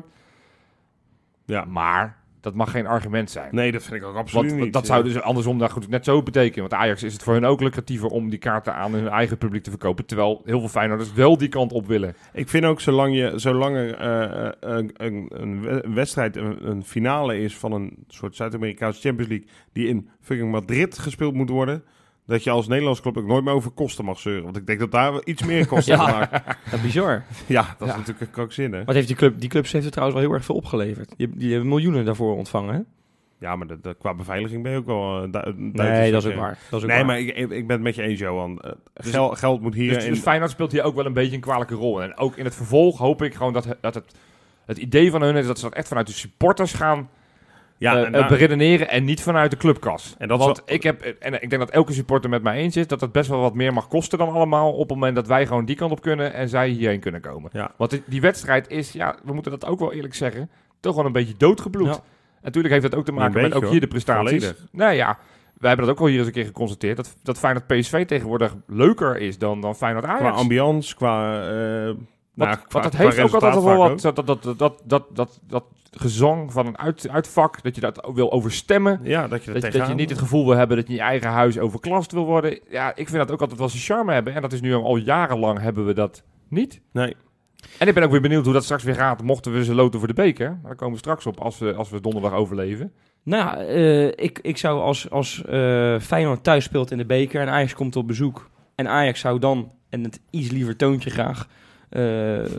Ja. Maar dat mag geen argument zijn. Nee, dat vind ik ook absoluut Want niet. dat zou dus andersom daar goed net zo betekenen. Want Ajax is het voor hun ook lucratiever om die kaarten aan hun eigen publiek te verkopen. Terwijl heel veel Feyenoorders wel die kant op willen. Ik vind ook zolang, je, zolang er uh, een, een, een wedstrijd, een, een finale is van een soort Zuid-Amerikaanse Champions League die in fucking Madrid gespeeld moet worden, dat je als Nederlandse club ook nooit meer over kosten mag zeuren. Want ik denk dat daar iets meer kosten Ja. gemaakt. Dat is bizar. Ja, dat is Ja. natuurlijk krankzinnig. Wat heeft die club? Die clubs heeft er trouwens wel heel erg veel opgeleverd. Die, die hebben miljoenen daarvoor ontvangen, hè? Ja, maar de, de, qua beveiliging ben je ook wel... Uh, du- Nee, dat is ook waar. Dat is ook Nee, waar. maar ik, ik ben het met je eens, Johan. Uh, gel, geld moet hier... Dus, in, dus Feyenoord speelt hier ook wel een beetje een kwalijke rol. En ook in het vervolg hoop ik gewoon dat, he- dat het, het idee van hun is dat ze dat echt vanuit de supporters gaan ja, eh, en eh, daar- beredeneren en niet vanuit de clubkas. En dat is Want wel- ik heb, en ik denk dat elke supporter met mij eens is dat het best wel wat meer mag kosten dan allemaal op het moment dat wij gewoon die kant op kunnen en zij hierheen kunnen komen. Ja. Want die, die wedstrijd is, ja, we moeten dat ook wel eerlijk zeggen, toch wel een beetje doodgebloed. Ja. Natuurlijk heeft dat ook te maken Een met beetje, ook hier de hoor. prestaties. Volledig. Nou ja, wij hebben dat ook al hier eens een keer geconstateerd, dat, dat Feyenoord P S V tegenwoordig leuker is dan, dan Feyenoord Ajax. Qua ambiance, qua... Uh, Want, nou, want qua- dat qua heeft ook altijd resultaat wel vaak wat, dat, dat, dat, dat, dat, dat, dat gezang van een uit, uitvak, dat je dat ook wil overstemmen. Ja, dat je Dat, er je- dat tegenaan... je niet het gevoel wil hebben dat je in je eigen huis overklast wil worden. Ja, ik vind dat ook altijd wel zijn charme hebben. En dat is nu al jarenlang hebben we dat niet. Nee. En ik ben ook weer benieuwd hoe dat straks weer gaat, mochten we ze loten voor de beker. Maar daar komen we straks op als we, als we donderdag overleven. Nou ja, uh, ik, ik zou als, als uh, Feyenoord thuis speelt in de beker en Ajax komt op bezoek. En Ajax zou dan, en het iets liever toontje graag, uh, uh,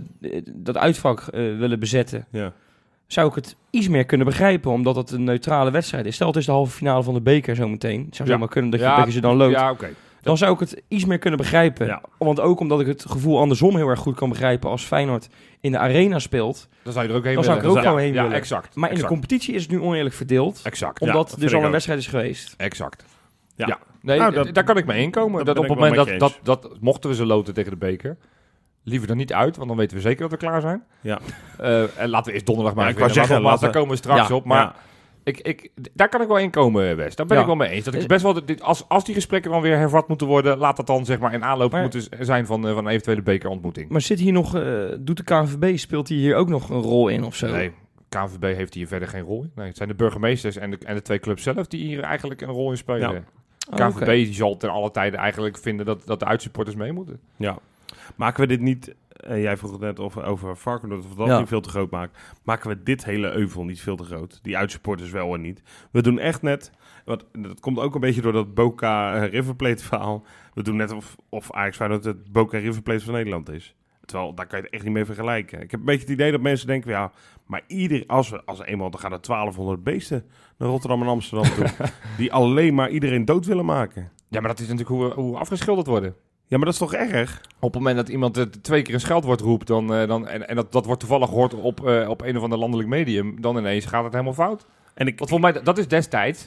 dat uitvak uh, willen bezetten. Ja. Zou ik het iets meer kunnen begrijpen, omdat het een neutrale wedstrijd is. Stel, het is de halve finale van de beker zometeen. Het zou Ja. zomaar kunnen dat je, Ja, dat je ze dan loopt. Ja, oké. Okay. Dan zou ik het iets meer kunnen begrijpen. Ja. Want ook omdat ik het gevoel andersom heel erg goed kan begrijpen. Als Feyenoord in de arena speelt, Dan zou je er ook heen dan zou willen. ik er ook ja, gewoon heen ja, willen. exact. Maar in exact. de competitie is het nu oneerlijk verdeeld. Exact. Ja, Omdat dat er vind dus al ik een ook. wedstrijd is geweest. Exact. Ja. Ja. Nee, Nou, d- dat- daar kan ik mee inkomen. dat Dat ben op ik het wel moment met dat, je dat, dat, mochten we ze loten tegen de beker, liever er niet uit, want dan weten we zeker dat we klaar zijn. Ja. Uh, en laten we eerst donderdag maar Ja, even ik wou winnen. zeggen, Maar nogmaals, daar laten- komen we straks Ja. op. Maar Ja. ik, ik, daar kan ik wel in komen, Wes. Daar ben Ja. ik wel mee eens. Dat ik best wel, dit, als, als die gesprekken dan weer hervat moeten worden, laat dat dan zeg maar in aanloop Maar- moeten zijn van, uh, van een eventuele bekerontmoeting. Maar zit hier nog, uh, doet de K N V B, speelt hij hier ook nog een rol in of zo? Nee, K N V B heeft hier verder geen rol in. Nee, het zijn de burgemeesters en de, en de twee clubs zelf die hier eigenlijk een rol in spelen. Ja. Oh, K N V B oké. die zal ten alle tijden eigenlijk vinden dat, dat de uitsupporters mee moeten. Ja. Maken we dit niet... Uh, jij vroeg het net over, over Varkenoord, of dat Ja. niet veel te groot maakt. Maken we dit hele euvel niet veel te groot? Die uitsupporters wel en niet. We doen echt net... Wat, dat komt ook een beetje door dat Boca uh, River Plate verhaal. We doen net of, of Ajax Feyenoord het Boca River Plate van Nederland is. Terwijl, daar kan je het echt niet mee vergelijken. Ik heb een beetje het idee dat mensen denken... Ja, maar ieder, als we als we eenmaal... Dan gaan er twaalfhonderd beesten naar Rotterdam en Amsterdam toe. Die alleen maar iedereen dood willen maken. Ja, maar dat is natuurlijk hoe we, hoe we afgeschilderd worden. Ja, maar dat is toch erg? Op het moment dat iemand uh, twee keer een scheldwoord roept... Dan, uh, dan, en, en dat, dat wordt toevallig gehoord op, uh, op een of ander landelijk medium... dan ineens gaat het helemaal fout. En ik, Want volgens mij, dat is destijds...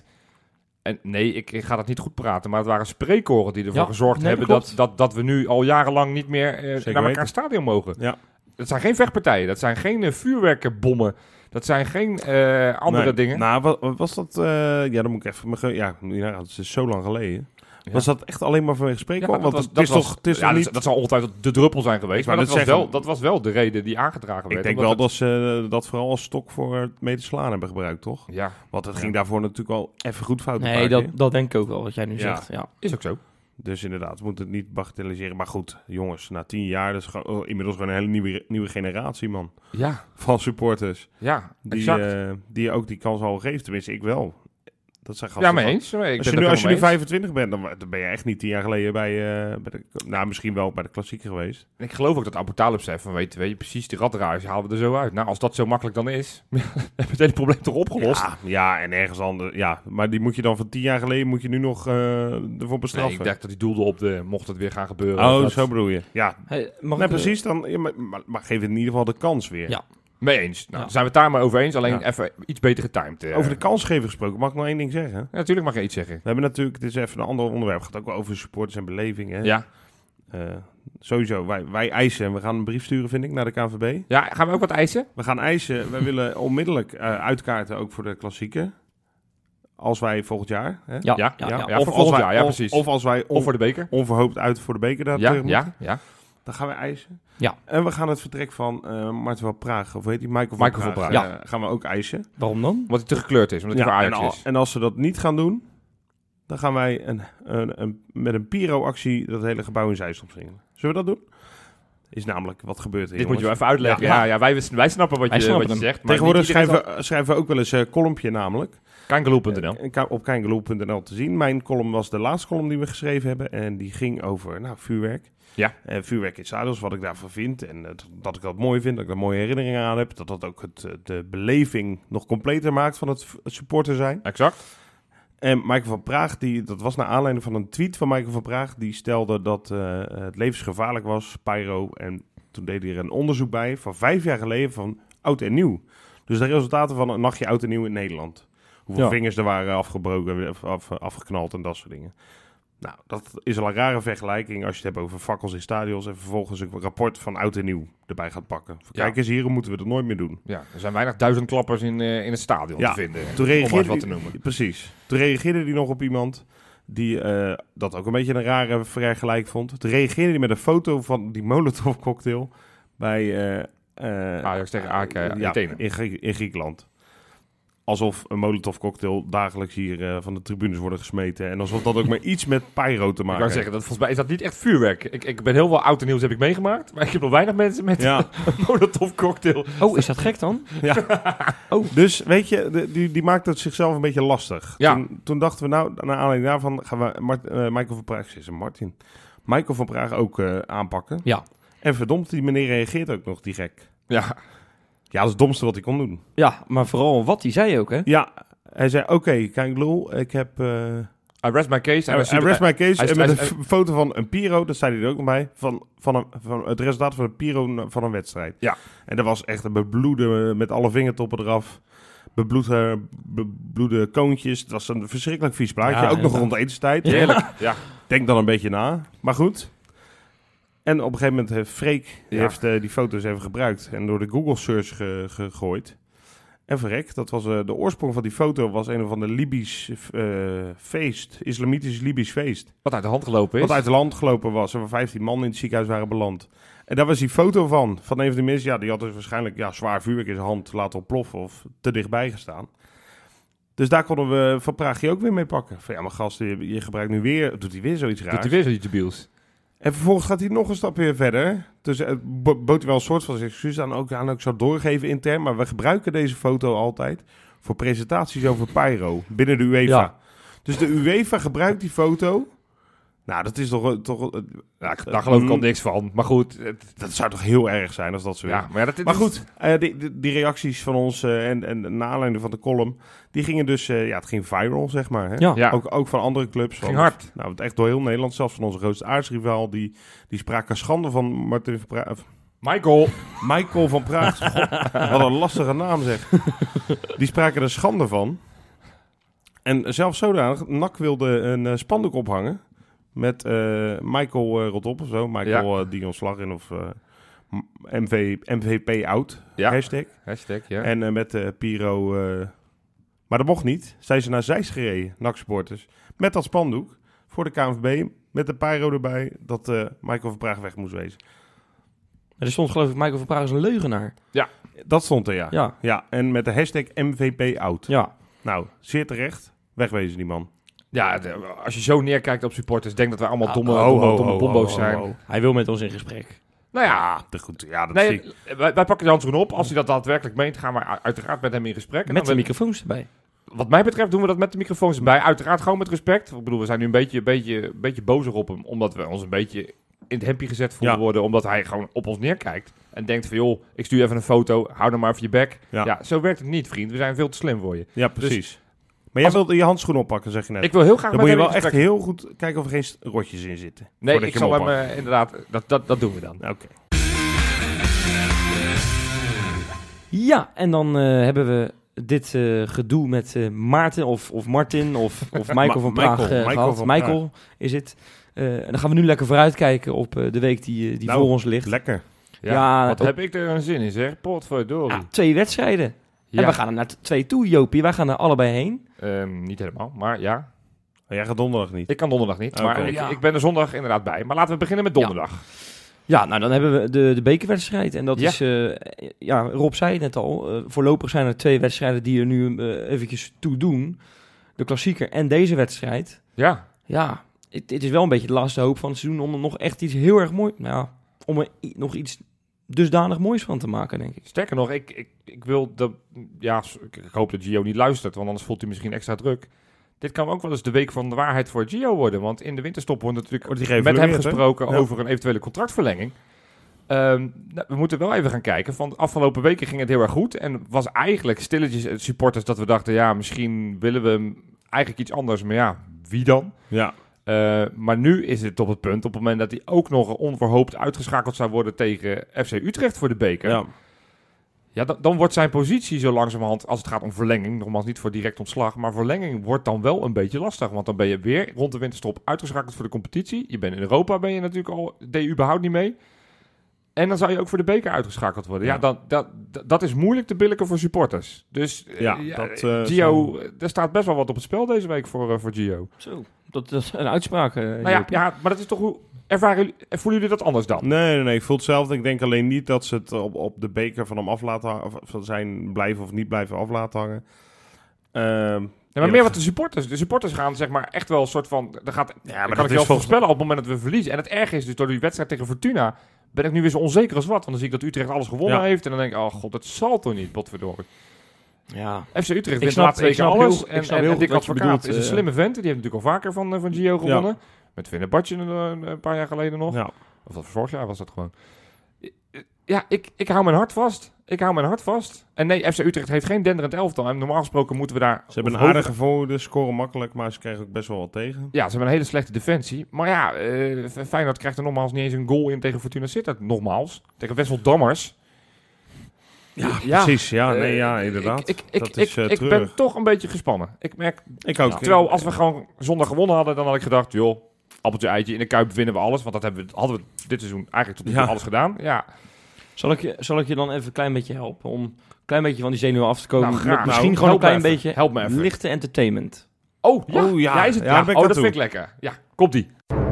En nee, ik, ik ga dat niet goed praten... maar het waren spreekkoren die ervoor Ja, gezorgd nee, hebben... dat Dat, klopt. dat, dat we nu al jarenlang niet meer uh, naar elkaar weten. stadion mogen. Ja. Dat zijn geen vechtpartijen. Dat zijn geen uh, vuurwerkenbommen. Dat zijn geen uh, andere Nee. dingen. Nou, wat, wat was dat... Uh, ja, dan moet ik even... me ge- Ja, ja, het is zo lang geleden. Ja. Was dat echt alleen maar vanwege spreken? Ja, dat Want was- het dat is was- toch, het is ja, toch dat, niet... dat zal ongetwijfeld de druppel zijn geweest. Ik Maar wou dat was, net zeggen- wel, dat was wel de reden die aangedragen werd. Ik denk omdat wel het- dat ze dat vooral als stok voor het mee te slaan hebben gebruikt, toch? Ja, Want het Ja. ging daarvoor natuurlijk al even goed fout. een Nee, paar dat, keer. dat denk ik ook wel, wat jij nu Ja. zegt. Ja. is ook zo. Dus inderdaad, we moeten het niet bagatelliseren. Maar goed, jongens, na tien jaar, dat is gewoon, oh, inmiddels gewoon een hele nieuwe, nieuwe generatie, man. Ja, Van supporters. ja, Die, exact. eh, die je ook die kans al geeft. Tenminste, ik wel. Dat zijn gasten ja, mee van- eens. Nee, ik Als je, ben nu, het als je nu helemaal mee vijfentwintig bent, dan, dan ben je echt niet tien jaar geleden bij, uh, bij de... Nou, misschien wel bij de klassieker geweest. eens. En ik geloof ook dat Abu Talib zegt van, weet, weet je, precies, die raddraaiers halen we er zo uit. Nou, als dat zo makkelijk dan is, dan heb je het hele probleem toch opgelost? Ja, ja, en ergens anders. Ja, maar die moet je dan van tien jaar geleden moet je nu nog uh, ervoor Nee, bestraffen. ik dacht dat hij doelde op de, mocht het weer gaan gebeuren. oh, dat- zo bedoel je. Ja, Hey, mag nee, ik, eh, precies. Dan, ja, maar, maar, maar geef het in ieder geval de kans weer. Ja. Mee eens. Nou, Ja. dan zijn we het daar maar over eens. Alleen Ja. even iets beter getimed. eh. Over de kansgever gesproken, mag ik nog één ding zeggen? Ja, natuurlijk mag je iets zeggen. We hebben natuurlijk, het is even een ander onderwerp, het gaat ook wel over supporters en beleving. Hè? Ja. Uh, sowieso, wij, wij eisen, we gaan een brief sturen, vind ik, naar de K N V B. Ja, gaan we ook wat eisen? We gaan eisen, wij willen onmiddellijk uh, uitkaarten ook voor de klassieken. Als wij volgend jaar. Hè? Ja, Ja, ja, ja, ja. ja. Of voor als volgend wij, jaar, ja, of- precies. Of als wij on, Of voor de beker. onverhoopt uit voor de beker daar Ja, terug moeten. ja, ja. Dan gaan we eisen. Ja. En we gaan het vertrek van uh, Marten van Praag, of weet je, Michael van Michael van Praag, Praag. uh, gaan we ook eisen. Waarom dan? Omdat hij te gekleurd is, omdat hij Ja, voor en, Ajax al- is. en als ze dat niet gaan doen, dan gaan wij een, een, een, met een pyro-actie dat hele gebouw in Zeist omsingelen. Zullen we dat doen? Is namelijk, wat gebeurt er, Dit moet je wel jongens? even uitleggen. Ja. Ja, ja, wij, wij snappen wat Wij je, snappen wat je hem. zegt. Maar Tegenwoordig niet iedereen schrijven, schrijven we ook wel eens een uh, kolompje namelijk. zal- Kangaloo punt n l. Eh, op kangaloo punt n l te zien. Mijn column was de laatste column die we geschreven hebben. En die ging over nou, vuurwerk. Ja. En vuurwerk in stadions, wat ik daarvan vind. En uh, dat ik dat mooi vind, dat ik daar mooie herinneringen aan heb. Dat dat ook het, uh, de beleving nog completer maakt van het, v- het supporter zijn. Exact. En Michael van Praag, die, dat was naar aanleiding van een tweet van Michael van Praag. Die stelde dat uh, het levensgevaarlijk was, pyro. En toen deed hij er een onderzoek bij van vijf jaar geleden van oud en nieuw. Dus de resultaten van een nachtje oud en nieuw in Nederland. Hoeveel Ja. vingers er waren afgebroken, af, af, afgeknald en dat soort dingen. Nou, dat is al een rare vergelijking als je het hebt over fakkels in stadions en vervolgens een rapport van oud en nieuw erbij gaat pakken. Van, Ja. kijk eens, hierom moeten we dat nooit meer doen. Ja, er zijn weinig duizend klappers in, uh, in het stadion Ja, te vinden. Toen om maar eens reageerde wat te die- noemen. Precies. Toen reageerde hij nog op iemand die uh, dat ook een beetje een rare vergelijk vond. Toen reageerde hij met een foto van die Molotov cocktail bij uh, uh, Ajax tegen A K ja, Athene. in, Grie- in Griekenland. alsof een Molotov cocktail dagelijks hier uh, van de tribunes worden gesmeten. En alsof dat ook maar iets met pyro te maken Ik wou zeggen, dat, volgens mij is dat niet echt vuurwerk. Ik, ik ben heel veel oud en nieuws heb ik meegemaakt, maar ik heb nog weinig mensen met Ja. een Molotov cocktail. Oh, is dat gek dan? Ja. Oh. Dus weet je, de, die, die maakt het zichzelf een beetje lastig. Ja. Toen, toen dachten we nou, naar aanleiding daarvan gaan we Mart, uh, Michael van Praag, is een Martin, Michael van Praag ook uh, aanpakken. Ja. En verdomd, die meneer reageert ook nog, die gek. Ja, Ja, dat is het domste wat hij kon doen. Ja, maar vooral wat hij zei ook, hè? Ja, hij zei, oké, okay, kijk lul, ik heb... Uh, I rest my case. I, I rest my case. hij- En met hij- een f- foto van een Piro, dat zei hij er ook nog bij, van, van, een, van het resultaat van een Piro van een wedstrijd. Ja. En dat was echt een bebloede, met alle vingertoppen eraf. Bebloede, bebloede koontjes. Het was een verschrikkelijk vies plaatje. Ja, ook nog inderdaad. rond etenstijd. Heerlijk. Ja. Denk dan een beetje na. Maar goed. En op een gegeven moment heeft Freek die Ja. heeft, uh, die foto's even gebruikt. En door de Google search ge- gegooid. En verrek, dat was uh, de oorsprong van die foto was een of ander Libisch uh, feest. Islamitisch Libisch feest. Wat uit de hand gelopen is. Wat uit het land gelopen was. En waar vijftien man in het ziekenhuis waren beland. En daar was die foto van. Van een van de mensen. Ja, die had dus waarschijnlijk ja, zwaar vuurwerk in zijn hand laten ontploffen. Of te dichtbij gestaan. Dus daar konden we Van Praagje ook weer mee pakken. Van ja, maar gast, je, je gebruikt nu weer... Doet hij weer zoiets raars. Doet hij weer zoiets debiels. En vervolgens gaat hij nog een stapje verder. Dus het bo- bood hij wel een soort van excuus aan. Ook aan ook zou doorgeven intern. Maar we gebruiken deze foto altijd voor presentaties over Pyro binnen de UEFA. Ja. Dus de UEFA gebruikt die foto. Nou, dat is toch... toch Ja, daar geloof ik al niks van. Maar goed. Het, dat zou toch heel erg zijn als dat zo is. ja, maar, ja, dat, Maar is- goed, uh, die, die, die reacties van ons uh, en, en na aanleiding van de column, die gingen dus, uh, ja, het ging viral, zeg maar. Hè? Ja. Ja. Ook, ook van andere clubs. ging Van, hard. nou, het echt door heel Nederland, zelfs van onze grootste aardsrivaal, die, die spraken schande van Martin van Praag. Michael. Michael van Praag. God, wat een lastige naam zeg. Die spraken er schande van. En zelfs zodanig, N A C wilde een uh, spandoek ophangen met uh, Michael uh, rot op of zo. Michael Ja. uh, die ontslag in of uh, M V, M V P out, Ja. hashtag. Hashtag, ja. En uh, met uh, Piro... Uh, maar dat mocht niet. Zijn ze naar Zeist gereden, N A C-supporters. Met dat spandoek voor de K N V B. Met de Pyro erbij dat uh, Michael van Praag weg moest wezen. Er stond geloof ik Michael van Praag als een leugenaar. Dat stond er, ja. Ja, Ja, en met de hashtag M V P out. ja. Nou, zeer terecht. Wegwezen die man. Ja, de- als je zo neerkijkt op supporters, denk dat wij allemaal Ah, domme, oh, domme, oh, domme oh, bombo's oh, zijn. oh, oh. Hij wil met ons in gesprek. Nou ja, Ja, te goed. Ja, dat nee, zie ik. wij, wij pakken de handschoen op. Als hij dat daadwerkelijk meent, gaan we u- uiteraard met hem in gesprek. En Met de dan we- microfoons erbij. Wat mij betreft doen we dat met de microfoons erbij. Uiteraard gewoon met respect. Ik bedoel, we zijn nu een beetje, beetje, een beetje bozer op hem. Omdat we ons een beetje in het hempje gezet voelen Ja. worden. Omdat hij gewoon op ons neerkijkt. En denkt van, joh, ik stuur even een foto. Hou dan maar even je bek. Ja. Ja. zo werkt het niet, vriend. We zijn veel te slim voor je. Ja, precies. maar jij als- wilde je handschoen oppakken, zeg je net. Ik wil heel graag Dan met moet je hem wel in echt gesprek. heel goed kijken of er geen st- rotjes in zitten. Nee, voordat ik je zal hem oppakt. eh, inderdaad... Dat, dat, dat doen we dan. Oké. Ja, en dan uh, hebben we dit uh, gedoe met uh, Maarten of, of Martin of, of Michael Ma- van Praag Michael, uh, Michael gehad. van Michael is het. Uh, en dan gaan we nu lekker vooruitkijken op uh, de week die, uh, die Nou, voor ons ligt. Lekker. Ja, Ja, wat ook- heb ik er een zin in, zeg. Potverdorie. Ja, twee wedstrijden. Ja. En we gaan er naar t- twee toe, Jopie. Wij gaan er allebei heen. Ehm, niet helemaal, maar ja. Maar jij gaat donderdag niet. Ik kan donderdag niet, Oké. maar ik, Ja. ik ben er zondag inderdaad bij. Maar laten we beginnen met donderdag. Ja, nou dan hebben we de, de bekerwedstrijd. En dat Ja. is, uh, ja, Rob zei het net al. Uh, voorlopig zijn er twee wedstrijden die er nu uh, eventjes toe doen. De klassieker en deze wedstrijd. Ja. Ja, het, het is wel een beetje de laatste hoop van het seizoen om er nog echt iets heel erg mooi... Nou ja, om er i- nog iets dusdanig moois van te maken, denk ik. Sterker nog, ik, ik, ik wil dat... Ja, ik, ik hoop dat Gio niet luistert, want anders voelt hij misschien extra druk. Dit kan ook wel eens de week van de waarheid voor Gio worden. Want in de winterstop wordt natuurlijk Wordt die met hem geëvalueerd, hè? gesproken Ja. over een eventuele contractverlenging. Ehm, nou, we moeten wel even gaan kijken. Van de afgelopen weken ging het heel erg goed. En was eigenlijk stilletjes het supporters dat we dachten... ja, misschien willen we hem eigenlijk iets anders. Maar ja, wie dan? Ja. Uh, maar nu is het op het punt, op het moment dat hij ook nog onverhoopt uitgeschakeld zou worden tegen F C Utrecht voor de beker. Ja, Ja. dan, dan wordt zijn positie zo langzamerhand, als het gaat om verlenging, nogmaals niet voor direct ontslag, maar verlenging wordt dan wel een beetje lastig. Want dan ben je weer rond de winterstop uitgeschakeld voor de competitie. Je bent in Europa, ben je natuurlijk al, deed je überhaupt niet mee. En dan zou je ook voor de beker uitgeschakeld worden. Ja, Ja. dan, dat, dat, dat is moeilijk te billijken voor supporters. Dus Ja, uh, dat, uh, Gio, er staat best wel wat op het spel deze week voor, uh, voor Gio. Zo, dat, dat is een uitspraak, uh, Nou ja, ja, maar dat is toch hoe... Ervaren jullie, voelen jullie dat anders dan? Nee, nee, nee. Ik voel hetzelfde. Ik denk alleen niet dat ze het op, op de beker van hem af laten hangen. Of van zijn blijven of niet blijven af laten hangen. Ehm, Ja, maar ja, meer wat de supporters. De supporters gaan zeg maar echt wel een soort van... Er gaat, Ja, ja, maar kan dat ik is wel volgens- voorspellen op het moment dat we verliezen. En het erge is dus door die wedstrijd tegen Fortuna... ben ik nu weer zo onzeker als wat. Want dan zie ik dat Utrecht alles gewonnen Ja. heeft. En dan denk ik, oh god, dat zal toch niet, potverdorie. Ja. F C Utrecht Ik wint de snap- laatste ik weken snap alles. heel- ik en snap en, heel en Dick goed wat je Advocaat bedoelt, is een eh. slimme vent. Die heeft natuurlijk al vaker van, eh, van Gio gewonnen. Met Fenerbahce een, een, een paar jaar geleden nog. Ja. Of dat vorig jaar was dat gewoon. Ja, ik, ik hou mijn hart vast. Ik hou mijn hart vast. En nee, F C Utrecht heeft geen denderend elftal. En normaal gesproken moeten we daar... Ze hebben een hoger- aardige voorhoede, scoren makkelijk, maar ze krijgen ook best wel wat tegen. Ja, ze hebben een hele slechte defensie. Maar ja, eh, Feyenoord krijgt er nogmaals niet eens een goal in tegen Fortuna Sittard. Nogmaals. Tegen Wessel Dammers. Ja, precies. Ja, nee, eh, ja, inderdaad. Ik, ik, ik, dat ik, is uh, ik ben treurig. toch een beetje gespannen. Ik merk... Ik ook. Terwijl als we gewoon zondag gewonnen hadden, dan had ik gedacht... joh, appeltje eitje, in de Kuip winnen we alles. Want dat hebben we, hadden we dit seizoen eigenlijk tot nu toe Ja. alles gedaan. Ja, Zal ik, je, zal ik je dan even een klein beetje helpen om een klein beetje van die zenuwen af te komen? Nou, graag. Met misschien Nou, gewoon een help me klein even. beetje Help me even. lichte entertainment. Oh, ja. Oh, ja. ja is het? Ja, Ja, ben ik oh, aan dat toe. vind ik lekker. Ja, komt-ie.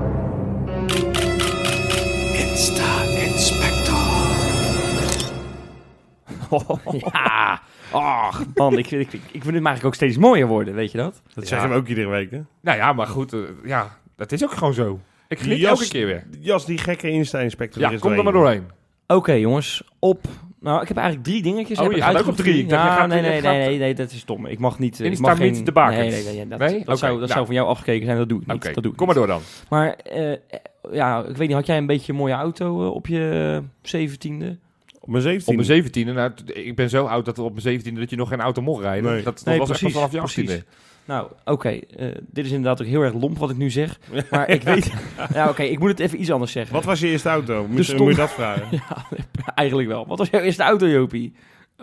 Ja, ach man, ik, vind- ik, ik, ik vind het eigenlijk ook steeds mooier worden, weet je dat? Dat Ja. zeggen we ook iedere week, hè? Nou ja, maar goed. eh, ja, dat is ook gewoon zo. Ik Die geniet jas- elke keer weer. Jas, die gekke Insta-inspector. Ja, er is kom er maar doorheen. doorheen. Oké jongens, op... Nou, ik heb eigenlijk drie dingetjes. Oh, heb je ik gaat ook op uitgevoerd. drie. Ik dacht, je Ja, gaat- nee, je nee, gaat- nee, nee, nee, dat is stom. Ik mag niet... eh, ik Insta mag meets geen... de bakens. Nee, nee, nee, dat, Nee? dat, Oké, zou, dat nou. zou van jou afgekeken zijn, dat doe ik niet. Oké, Dat doe ik kom maar niet. door dan. Maar, eh, eh, ja, ik weet niet, had jij een beetje een mooie auto eh, op je zeventiende? Op mijn Op zeventiende. mijn zeventiende, nou, t- ik ben zo oud dat op mijn zeventiende dat je nog geen auto mocht rijden. Nee. Dat, dat Nee, was echt precies, pas vanaf je precies. achttiende. Nou, oké, eh, dit is inderdaad ook heel erg lomp wat ik nu zeg. Maar ik weet... Ja, oké, ik moet het even iets anders zeggen. Wat was je eerste auto? Moet, stond- moet je dat vragen? Ja, eigenlijk wel. Wat was jouw eerste auto, Jopie?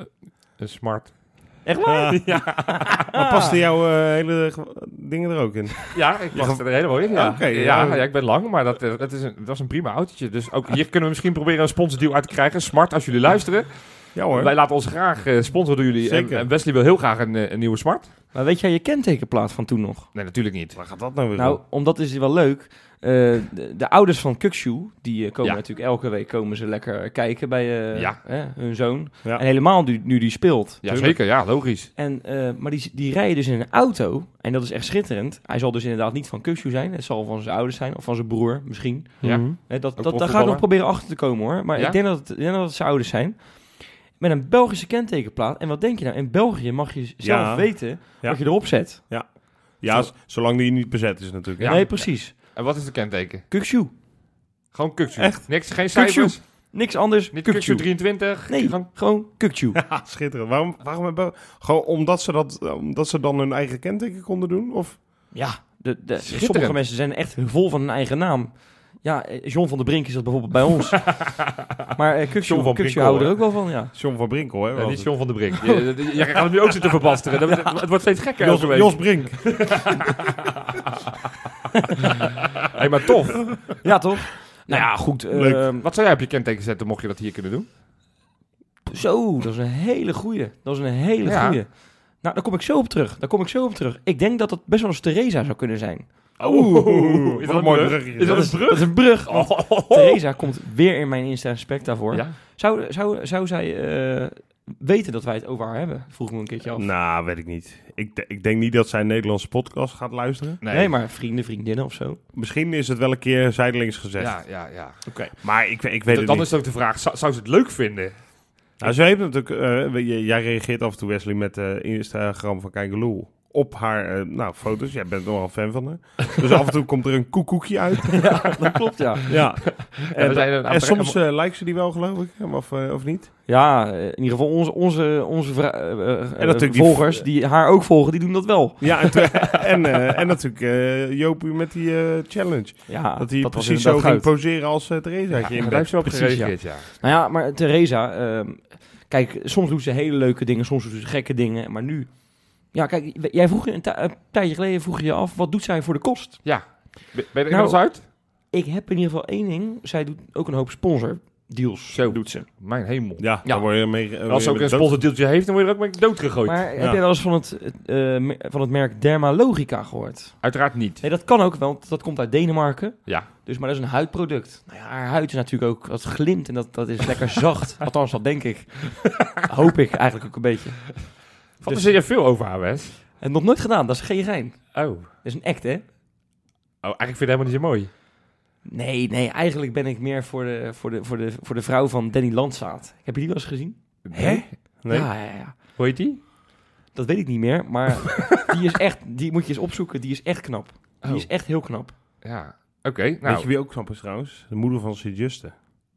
Een smart. Echt waar? Ja. Maar paste jouw eh, hele ge- dingen er ook in? Ja, ik was er helemaal in. Ja. Oké, ja, ja. ja, ik ben lang, maar dat, eh, dat, is een, dat was een prima autootje. Dus ook hier kunnen we misschien proberen een sponsordeal uit te krijgen. Smart, als jullie luisteren. Ja hoor. Wij laten ons graag eh, sponsoren door jullie. En, Zeker. en Wesley wil heel graag een, eh, een nieuwe Smart. Maar weet jij je kentekenplaat van toen nog? Nee, natuurlijk niet. Waar gaat dat nou weer Nou, om? omdat is wel leuk. Eh, de, de ouders van Kukshoe, die eh, komen Ja. natuurlijk elke week komen ze lekker kijken bij eh, Ja. eh, hun zoon. Ja. En helemaal nu, nu die speelt. Ja, zeker. Ja, logisch. En, eh, maar die, die rijden dus in een auto. En dat is echt schitterend. Hij zal dus inderdaad niet van Kukshoe zijn. Het zal van zijn ouders zijn. Of van zijn broer misschien. Ja. Mhm. Hè, dat, Ook dat, daar ga ik profvoetballer? nog proberen achter te komen hoor. Maar Ja? ik denk dat, het, ik denk dat het zijn ouders zijn. Met een Belgische kentekenplaat. En wat denk je nou? In België mag je zelf Ja. weten Ja. wat je erop zet. Ja, z- zolang die niet bezet is natuurlijk. Ja. Nee, precies. En wat is de kenteken? Kukshoe. Gewoon Kukshoe. Echt? Niks, geen Kukshoe. cijfers. Niks anders. Niet Kukshoe. Kukshoe drieëntwintig. Nee, Gewoon gewoon Kukshoe. Ja, schitterend. Waarom, waarom hebben... Gewoon omdat ze, dat, omdat ze dan hun eigen kenteken konden doen? Of? Ja, de, de, Schitterend. sommige mensen zijn echt vol van hun eigen naam. Ja, eh, John van der Brink is dat bijvoorbeeld bij ons. Maar uh, John Kukshoe, van Kukshoe Brinkel, houden er hè? ook wel van, ja. John van Brinkel, hè? Ja, was niet het. John van der Brink. Je, je, je gaat hem nu ook zitten verbasteren. Dat- Het, het wordt steeds gekker Jos, elke week. Jos Brink. Hey, maar tof. Ja, toch? Nou ja, goed. Leuk. ehm, Wat zou jij op je kenteken zetten mocht je dat hier kunnen doen? zo, dat is een hele goeie. Dat is een hele Ja. goeie. Nou, daar kom ik zo op terug. Daar kom ik zo op terug. Ik denk dat het best wel eens Theresa zou kunnen zijn. Oeh, is wat dat een een mooi brug? bruggetje. Is dat Dat een is, brug? dat is een brug. want Oh. Theresa komt weer in mijn Insta Specta voor. Ja? Zou, zou, zou zij eh, weten dat wij het over haar hebben? Vroeg ik me een keertje af. Nou, weet ik niet. Ik, de- ik denk niet dat zij een Nederlandse podcast gaat luisteren. Nee. maar vrienden, vriendinnen of zo. Misschien is het wel een keer zijdelings gezegd. Ja, ja, ja. Oké. Maar ik, ik weet het Dan niet. is ook de vraag, zou, zou ze het leuk vinden? Nou, ze heeft natuurlijk... eh, weet je, jij reageert af en toe, Wesley, met de Instagram van Kijkeloel op haar eh, nou, foto's. Jij bent nogal een fan van haar. Dus af en toe komt er een koekoekje uit. Ja, dat klopt, ja. Ja. En, we zijn een- en soms uh, lijkt ze die wel, geloof ik. Of, uh, of niet? Ja, in ieder geval onze, onze, onze vra- uh, uh, En natuurlijk die volgers v- die haar ook volgen, die doen dat wel. Ja, en, te- en, uh, en natuurlijk uh, Jopie met die uh, challenge. Ja, dat hij was precies zo inderdaad ging goud. poseren als uh, Theresa. Ja, in daar bed. heeft ze op Precies, gereageerd, ja. Nou ja, maar Theresa, ehm, kijk, soms doet ze hele leuke dingen, soms doet ze gekke dingen. Maar nu, ja, kijk, jij vroeg je een, ti- een tijdje geleden vroeg je je af, wat doet zij voor de kost? Ja. Ben ben je er Nou, inmiddels uit? Ik heb in ieder geval één ding, zij doet ook een hoop sponsordeals. Zo. Doet ze. Mijn hemel. Ja, Ja. daar word je mee... uh, Als ze ook mee een dood- sponsordeeltje heeft, dan word je er ook mee doodgegooid. Maar heb Ja. jij wel eens van het, eh, mer- van het merk Dermalogica gehoord? Uiteraard niet. Nee, dat kan ook, want dat komt uit Denemarken. Ja. Dus, maar dat is een huidproduct. Nou ja, haar huid is natuurlijk ook, dat glimt en dat, dat is lekker zacht. Althans, dat denk ik. Hoop ik eigenlijk ook een beetje. Fantaseer je veel over haar, Wes? En nog nooit gedaan, dat is geen gein. Oh. Dat is een act, hè? Oh, eigenlijk vind je het helemaal niet zo mooi. Nee, nee, eigenlijk ben ik meer voor de, voor de, voor de, voor de vrouw van Danny Landzaat. Heb je die wel eens gezien? Hè? Nee? Ja, ja, ja. Hoe heet die? Dat weet ik niet meer, maar die is echt, die moet je eens opzoeken, die is echt knap. Die Oh. is echt heel knap. Ja. Oké, okay, nou. Weet je wie ook knap is trouwens? De moeder van Sint Juste.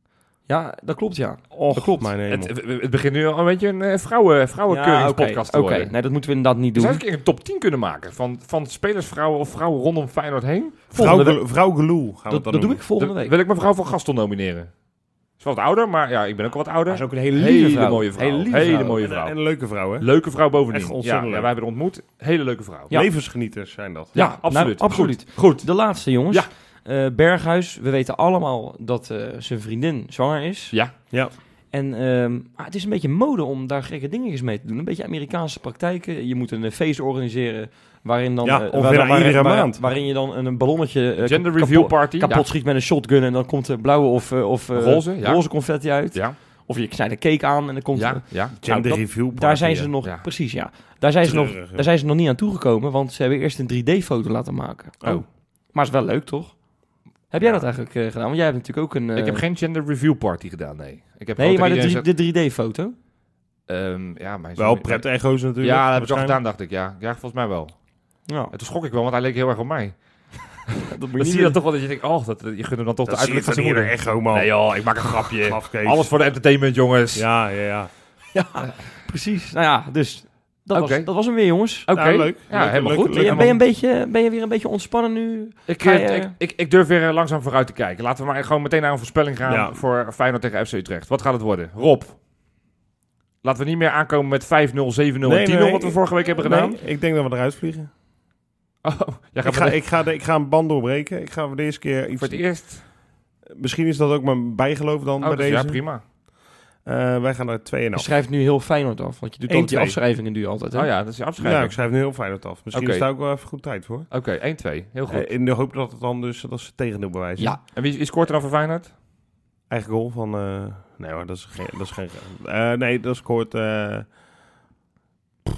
Ja, dat klopt, ja. Och, dat klopt. mijn hemel. Het, het begint nu al een beetje een uh, vrouwen, vrouwenkeuringspodcast ja, te Oké, worden. nee, dat moeten we inderdaad niet We doen. zouden een keer een top tien kunnen maken van, van spelersvrouwen of vrouwen rondom Feyenoord heen. Vrouw, Volgende Gelo- vrouw Geloel gaan we Dat, het dan dat doe noemen. ik volgende Dan week. wil ik mevrouw van Gastel nomineren. Is wat ouder, maar ja, ik ben ook wat ouder. Dat is ook een hele lieve hele vrouw. mooie vrouw. Hele lieve Hele vrouw. mooie En, vrouw. en een leuke vrouw, hè? Leuke vrouw bovendien. Echt Ja, ontzettend ja, leuk. wij hebben haar ontmoet. Hele leuke vrouw. Ja. Levensgenieters zijn dat. Ja, Ja, absoluut. nou, absoluut. Goed. Goed. De laatste, jongens. Ja. Eh, Berghuis, we weten allemaal dat eh, zijn vriendin zwanger is. Ja. Ja. En ehm, ah, het is een beetje mode om daar gekke dingetjes mee te doen. Een beetje Amerikaanse praktijken. Je moet een eh, feest organiseren waarin dan... Ja, eh, ongeveer waar- waar- iedere waar- maand. Waarin je dan een, een ballonnetje eh, Gender kap- review kapot, party. kapot schiet met een shotgun en dan komt er blauwe of, eh, of eh, Roze, ja. roze confetti uit. Ja. Of je snijdt een cake aan en dan komt... Ja. er- Ja. Gender dat- review party, Daar zijn ze ja. nog, Ja. precies ja. Daar zijn, ze nog, Treurig, ja. daar zijn ze nog niet aan toegekomen, want ze hebben eerst een drie D-foto laten maken. Oh. Maar is wel leuk, toch? Heb jij Ja. dat eigenlijk eh, gedaan? Want jij hebt natuurlijk ook een... eh, Ik heb geen gender review party gedaan, nee. Ik heb Nee, gewoon maar de, tegen drie- iedereen de drie D-foto? gezegd, ehm, ja, mijn Wel zoon- pret-echo's natuurlijk. Ja, dat heb ik al waarschijnlijk. gedaan, dacht ik. Ja, ja volgens mij wel. Ja, En toen schrok ik wel, want hij leek heel erg op mij. dat moet Dan zie je dat toch wel dat je denkt, oh, dat, je gunt hem dan toch Dat de zie je uiterlijk van van zijn hier moeder. echo, man. Nee joh, ik maak een grapje. Grafkees. Alles voor de entertainment, jongens. Ja, ja, ja. Ja, precies. Nou ja, dus dat, Oké. was, dat was hem weer, jongens. Oké, Nou, leuk. Ja, Leuk, helemaal leuk, goed. leuk. Ben je, En ben, je een dan- beetje, ben je weer een beetje ontspannen nu? Ik, Ga je- eh, ik, ik, ik durf weer eh, langzaam vooruit te kijken. Laten we maar gewoon meteen naar een voorspelling gaan Ja. voor Feyenoord tegen F C Utrecht. Wat gaat het worden? Rob, laten we niet meer aankomen met vijf nul, zeven nul en Nee, tien nul, nee, wat we ik- vorige week hebben gedaan. Nee, ik denk dat we eruit vliegen. Oh, jij gaat Ik ga, voor, ik, ga de, ik ga een band doorbreken. Ik ga voor de eerste keer iets... voor het eerst. Misschien is dat ook mijn bijgeloof dan Oh, bij dus deze. ja, prima. Eh, wij gaan er twee en Je af. schrijft nu heel Feyenoord af, want je doet één altijd die twee. afschrijvingen doe je altijd. Hè? Oh ja, dat is je Ja, afschrijving. ik schrijf nu heel fijn het af. Misschien Oké. is daar ook wel even goed tijd voor. Oké, één twee. Heel goed. Eh, in de hoop dat het dan dus dat ze het tegendeel bewijzen. Ja. En wie, wie scoort er dan voor Feyenoord? Eigen goal van... eh, nee hoor, dat is geen... Dat is geen eh, nee, dat scoort... eh pff.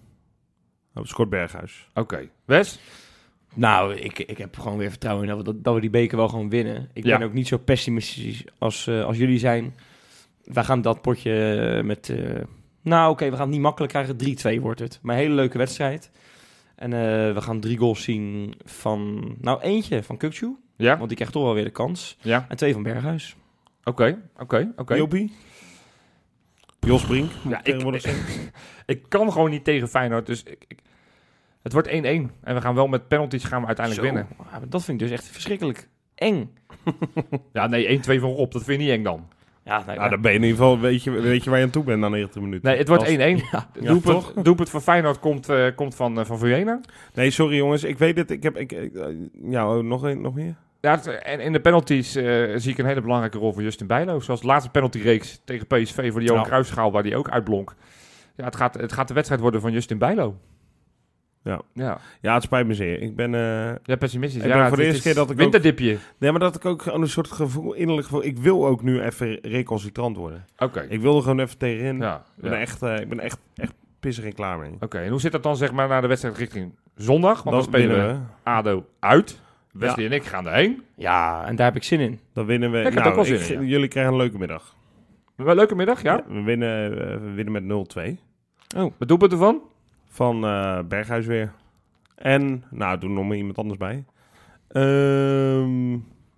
dat scoort Berghuis. Oké. Wes? Nou, ik, ik heb gewoon weer vertrouwen in dat we, dat, dat we die beker wel gewoon winnen. Ik Ja. ben ook niet zo pessimistisch als, eh, als jullie zijn. Wij gaan dat potje eh, met... eh, nou, oké, we gaan het niet makkelijk krijgen. drie twee wordt het. Maar een hele leuke wedstrijd. En eh, we gaan drie goals zien van... Nou, eentje van Kukçu, Ja? want die krijgt toch wel weer de kans. Ja? En twee van Berghuis. Oké, oké, oké. Jopie? Jos Brink? moet Ja, ik tegenwoordig ik- zeggen. Ik kan gewoon niet tegen Feyenoord, dus ik, ik- het wordt één één. En we gaan wel met penalties gaan we uiteindelijk Zo. winnen. Ja, maar dat vind ik dus echt verschrikkelijk eng. Ja, nee, één twee van Rob, dat vind je niet eng dan. Ja, nou, Nou, dan ben je in ieder geval... Weet je, weet je waar je aan toe bent na negentig minuten. Nee, het wordt Als- één één. Ja. Ja, Doelpunt, toch? doelpunt van Feyenoord komt, eh, komt van, uh, van Vujena. Nee, sorry jongens. Ik weet het. Ik heb... Ik, ik, eh, ja, oh, nog, een, nog meer? Ja, het- en in de penalties eh, zie ik een hele belangrijke rol voor Justin Bijlo. Zoals de laatste penaltyreeks tegen P S V voor de Johan Ja. Cruijffschaal, waar die ook uitblonk. Ja, het gaat, het gaat de wedstrijd worden van Justin Bijlo. Ja. Ja, Ja, het spijt me zeer. Ik ben... eh, ja pessimistisch. Ik ja, ben het- voor de het eerste is keer dat ik ook- winterdipje. Nee, maar dat ik ook gewoon een soort gevoel, innerlijk gevoel... Ik wil ook nu even recalcitrant worden. Oké. Ik wil er gewoon even tegenin. Ja, Ik ben ja. er echt, eh, ik ben echt, echt pissig en klaar mee. Oké, en hoe zit dat dan zeg maar naar de wedstrijd richting zondag? Want dan, Dan spelen winnen we we. ADO uit. Wesley en ik gaan erheen. ja, en daar heb ik zin in. Dan winnen we. Ik heb nou, ook wel zin ik- in, ja. Jullie krijgen een leuke middag. Wel een leuke middag, ja? we, winnen, eh, we winnen met nul twee. Wat doelpunt ervan? Van eh, Berghuis weer. En, nou, doe nog maar iemand anders bij. Ehm,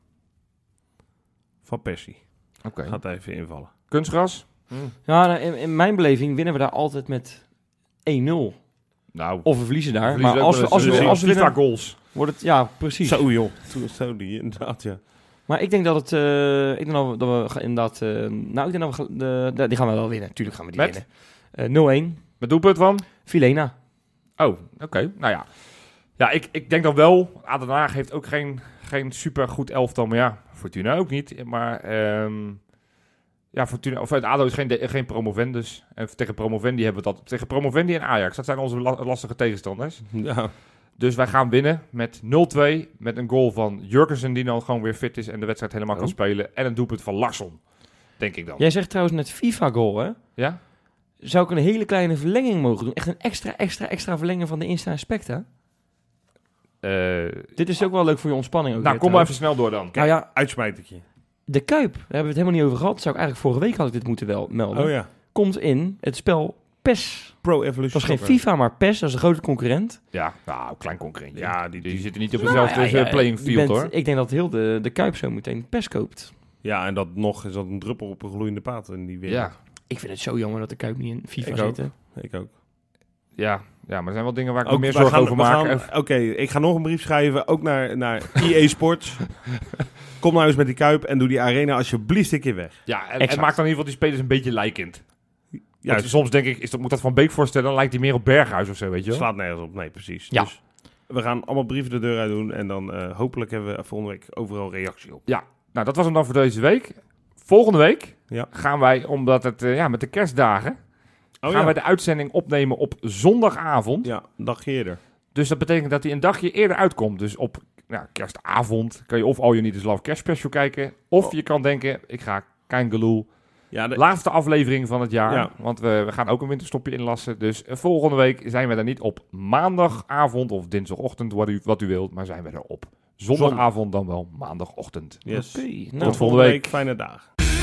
van Persie. Oké. Gaat even invallen. Kunstgras? Ja, nou, in, in mijn beleving winnen we daar altijd met één nul. Nou, Of we verliezen daar. we verliezen maar ook als wel we, als eens, we, eh, als we FIFA winnen, goals. wordt het... Ja, precies. Zo joh. Zo, zo die, inderdaad, ja. Maar ik denk dat het... eh, ik denk dat we, dat we gaan inderdaad... eh, nou, ik denk dat we... ga- De, de- die gaan we wel winnen. Tuurlijk gaan we die Met? winnen. Eh, nul één. Met doelpunt van? Filena. Oh, oké. Nou ja. Ja, ik, ik denk dan wel... A D Den Haag heeft ook geen, geen super goed elftal. Maar ja, Fortuna ook niet. Maar... ehm, ja, Fortuna... Of het ADO is geen, de- geen promovendus. En tegen promovendi hebben we dat... Tegen promovendi en Ajax. Dat zijn onze la- lastige tegenstanders. Ja. Dus wij gaan winnen met nul twee. Met een goal van Jurgensen die dan gewoon weer fit is. En de wedstrijd helemaal kan Oh. spelen. En een doelpunt van Larsson. Denk ik dan. Jij zegt trouwens net FIFA goal, hè? Ja? zou ik een hele kleine verlenging mogen doen. Echt een extra, extra, extra verlenging van de Insta Aspecta. Uh, Dit is ook wel leuk voor je ontspanning. Ook nou, weer, kom maar trouwens. even snel door dan. Nou ja, Uitsmijtertje. de Kuip, daar hebben we het helemaal niet over gehad. Zou ik eigenlijk vorige week had ik dit moeten wel melden. Oh ja. Komt in het spel P E S. Pro Evolution Dat was geen Soccer. FIFA, maar P E S. Dat is de grote concurrent. Ja, nou, klein concurrentje. Ja, die, Die die, zitten niet op Nou, dezelfde ja, ja, playing je field, bent- hoor. Ik denk dat heel de, de Kuip zo meteen P E S koopt. ja, en dat nog is dat een druppel op een gloeiende paad in die wereld. Ja, Ik vind het zo jammer dat de Kuip niet in FIFA Ik zit. ook. hè. Ik ook. ja, ja, maar er zijn wel dingen waar ik me Ook, meer wij zorgen gaan- over we maak. gaan- Oké, ik ga nog een brief schrijven, ook naar, naar E A Sports. Kom nou eens met die Kuip en doe die arena alsjeblieft een keer weg. Ja, en, en Exact. maak dan in ieder geval die spelers een beetje lijkend. Ja, Want soms denk ik, is dat, moet dat Van Beek voorstellen, dan lijkt hij meer op Berghuis of zo, weet je het wel? slaat nergens op. Nee, precies. Ja. Dus we gaan allemaal brieven de deur uit doen en dan eh, hopelijk hebben we volgende week overal reactie op. Nou, dat was hem dan voor deze week. Volgende week Ja. gaan wij, omdat het eh, ja, met de kerstdagen, Oh gaan ja. wij de uitzending opnemen op zondagavond. Ja, een dagje eerder. Dus dat betekent dat hij een dagje eerder uitkomt. Dus op nou, kerstavond kan je of All You Need Is Love Kerstspecial kijken. Of Oh. je kan denken, ik ga Kein Ja, de, laatste aflevering van het jaar. Ja. Want we, we gaan ook een winterstopje inlassen. Dus eh, volgende week zijn we er niet op maandagavond of dinsdagochtend, wat u, wat u wilt. Maar zijn we er op zondagavond dan wel maandagochtend. yes. Oké, nou, Tot volgende week. Fijne dagen.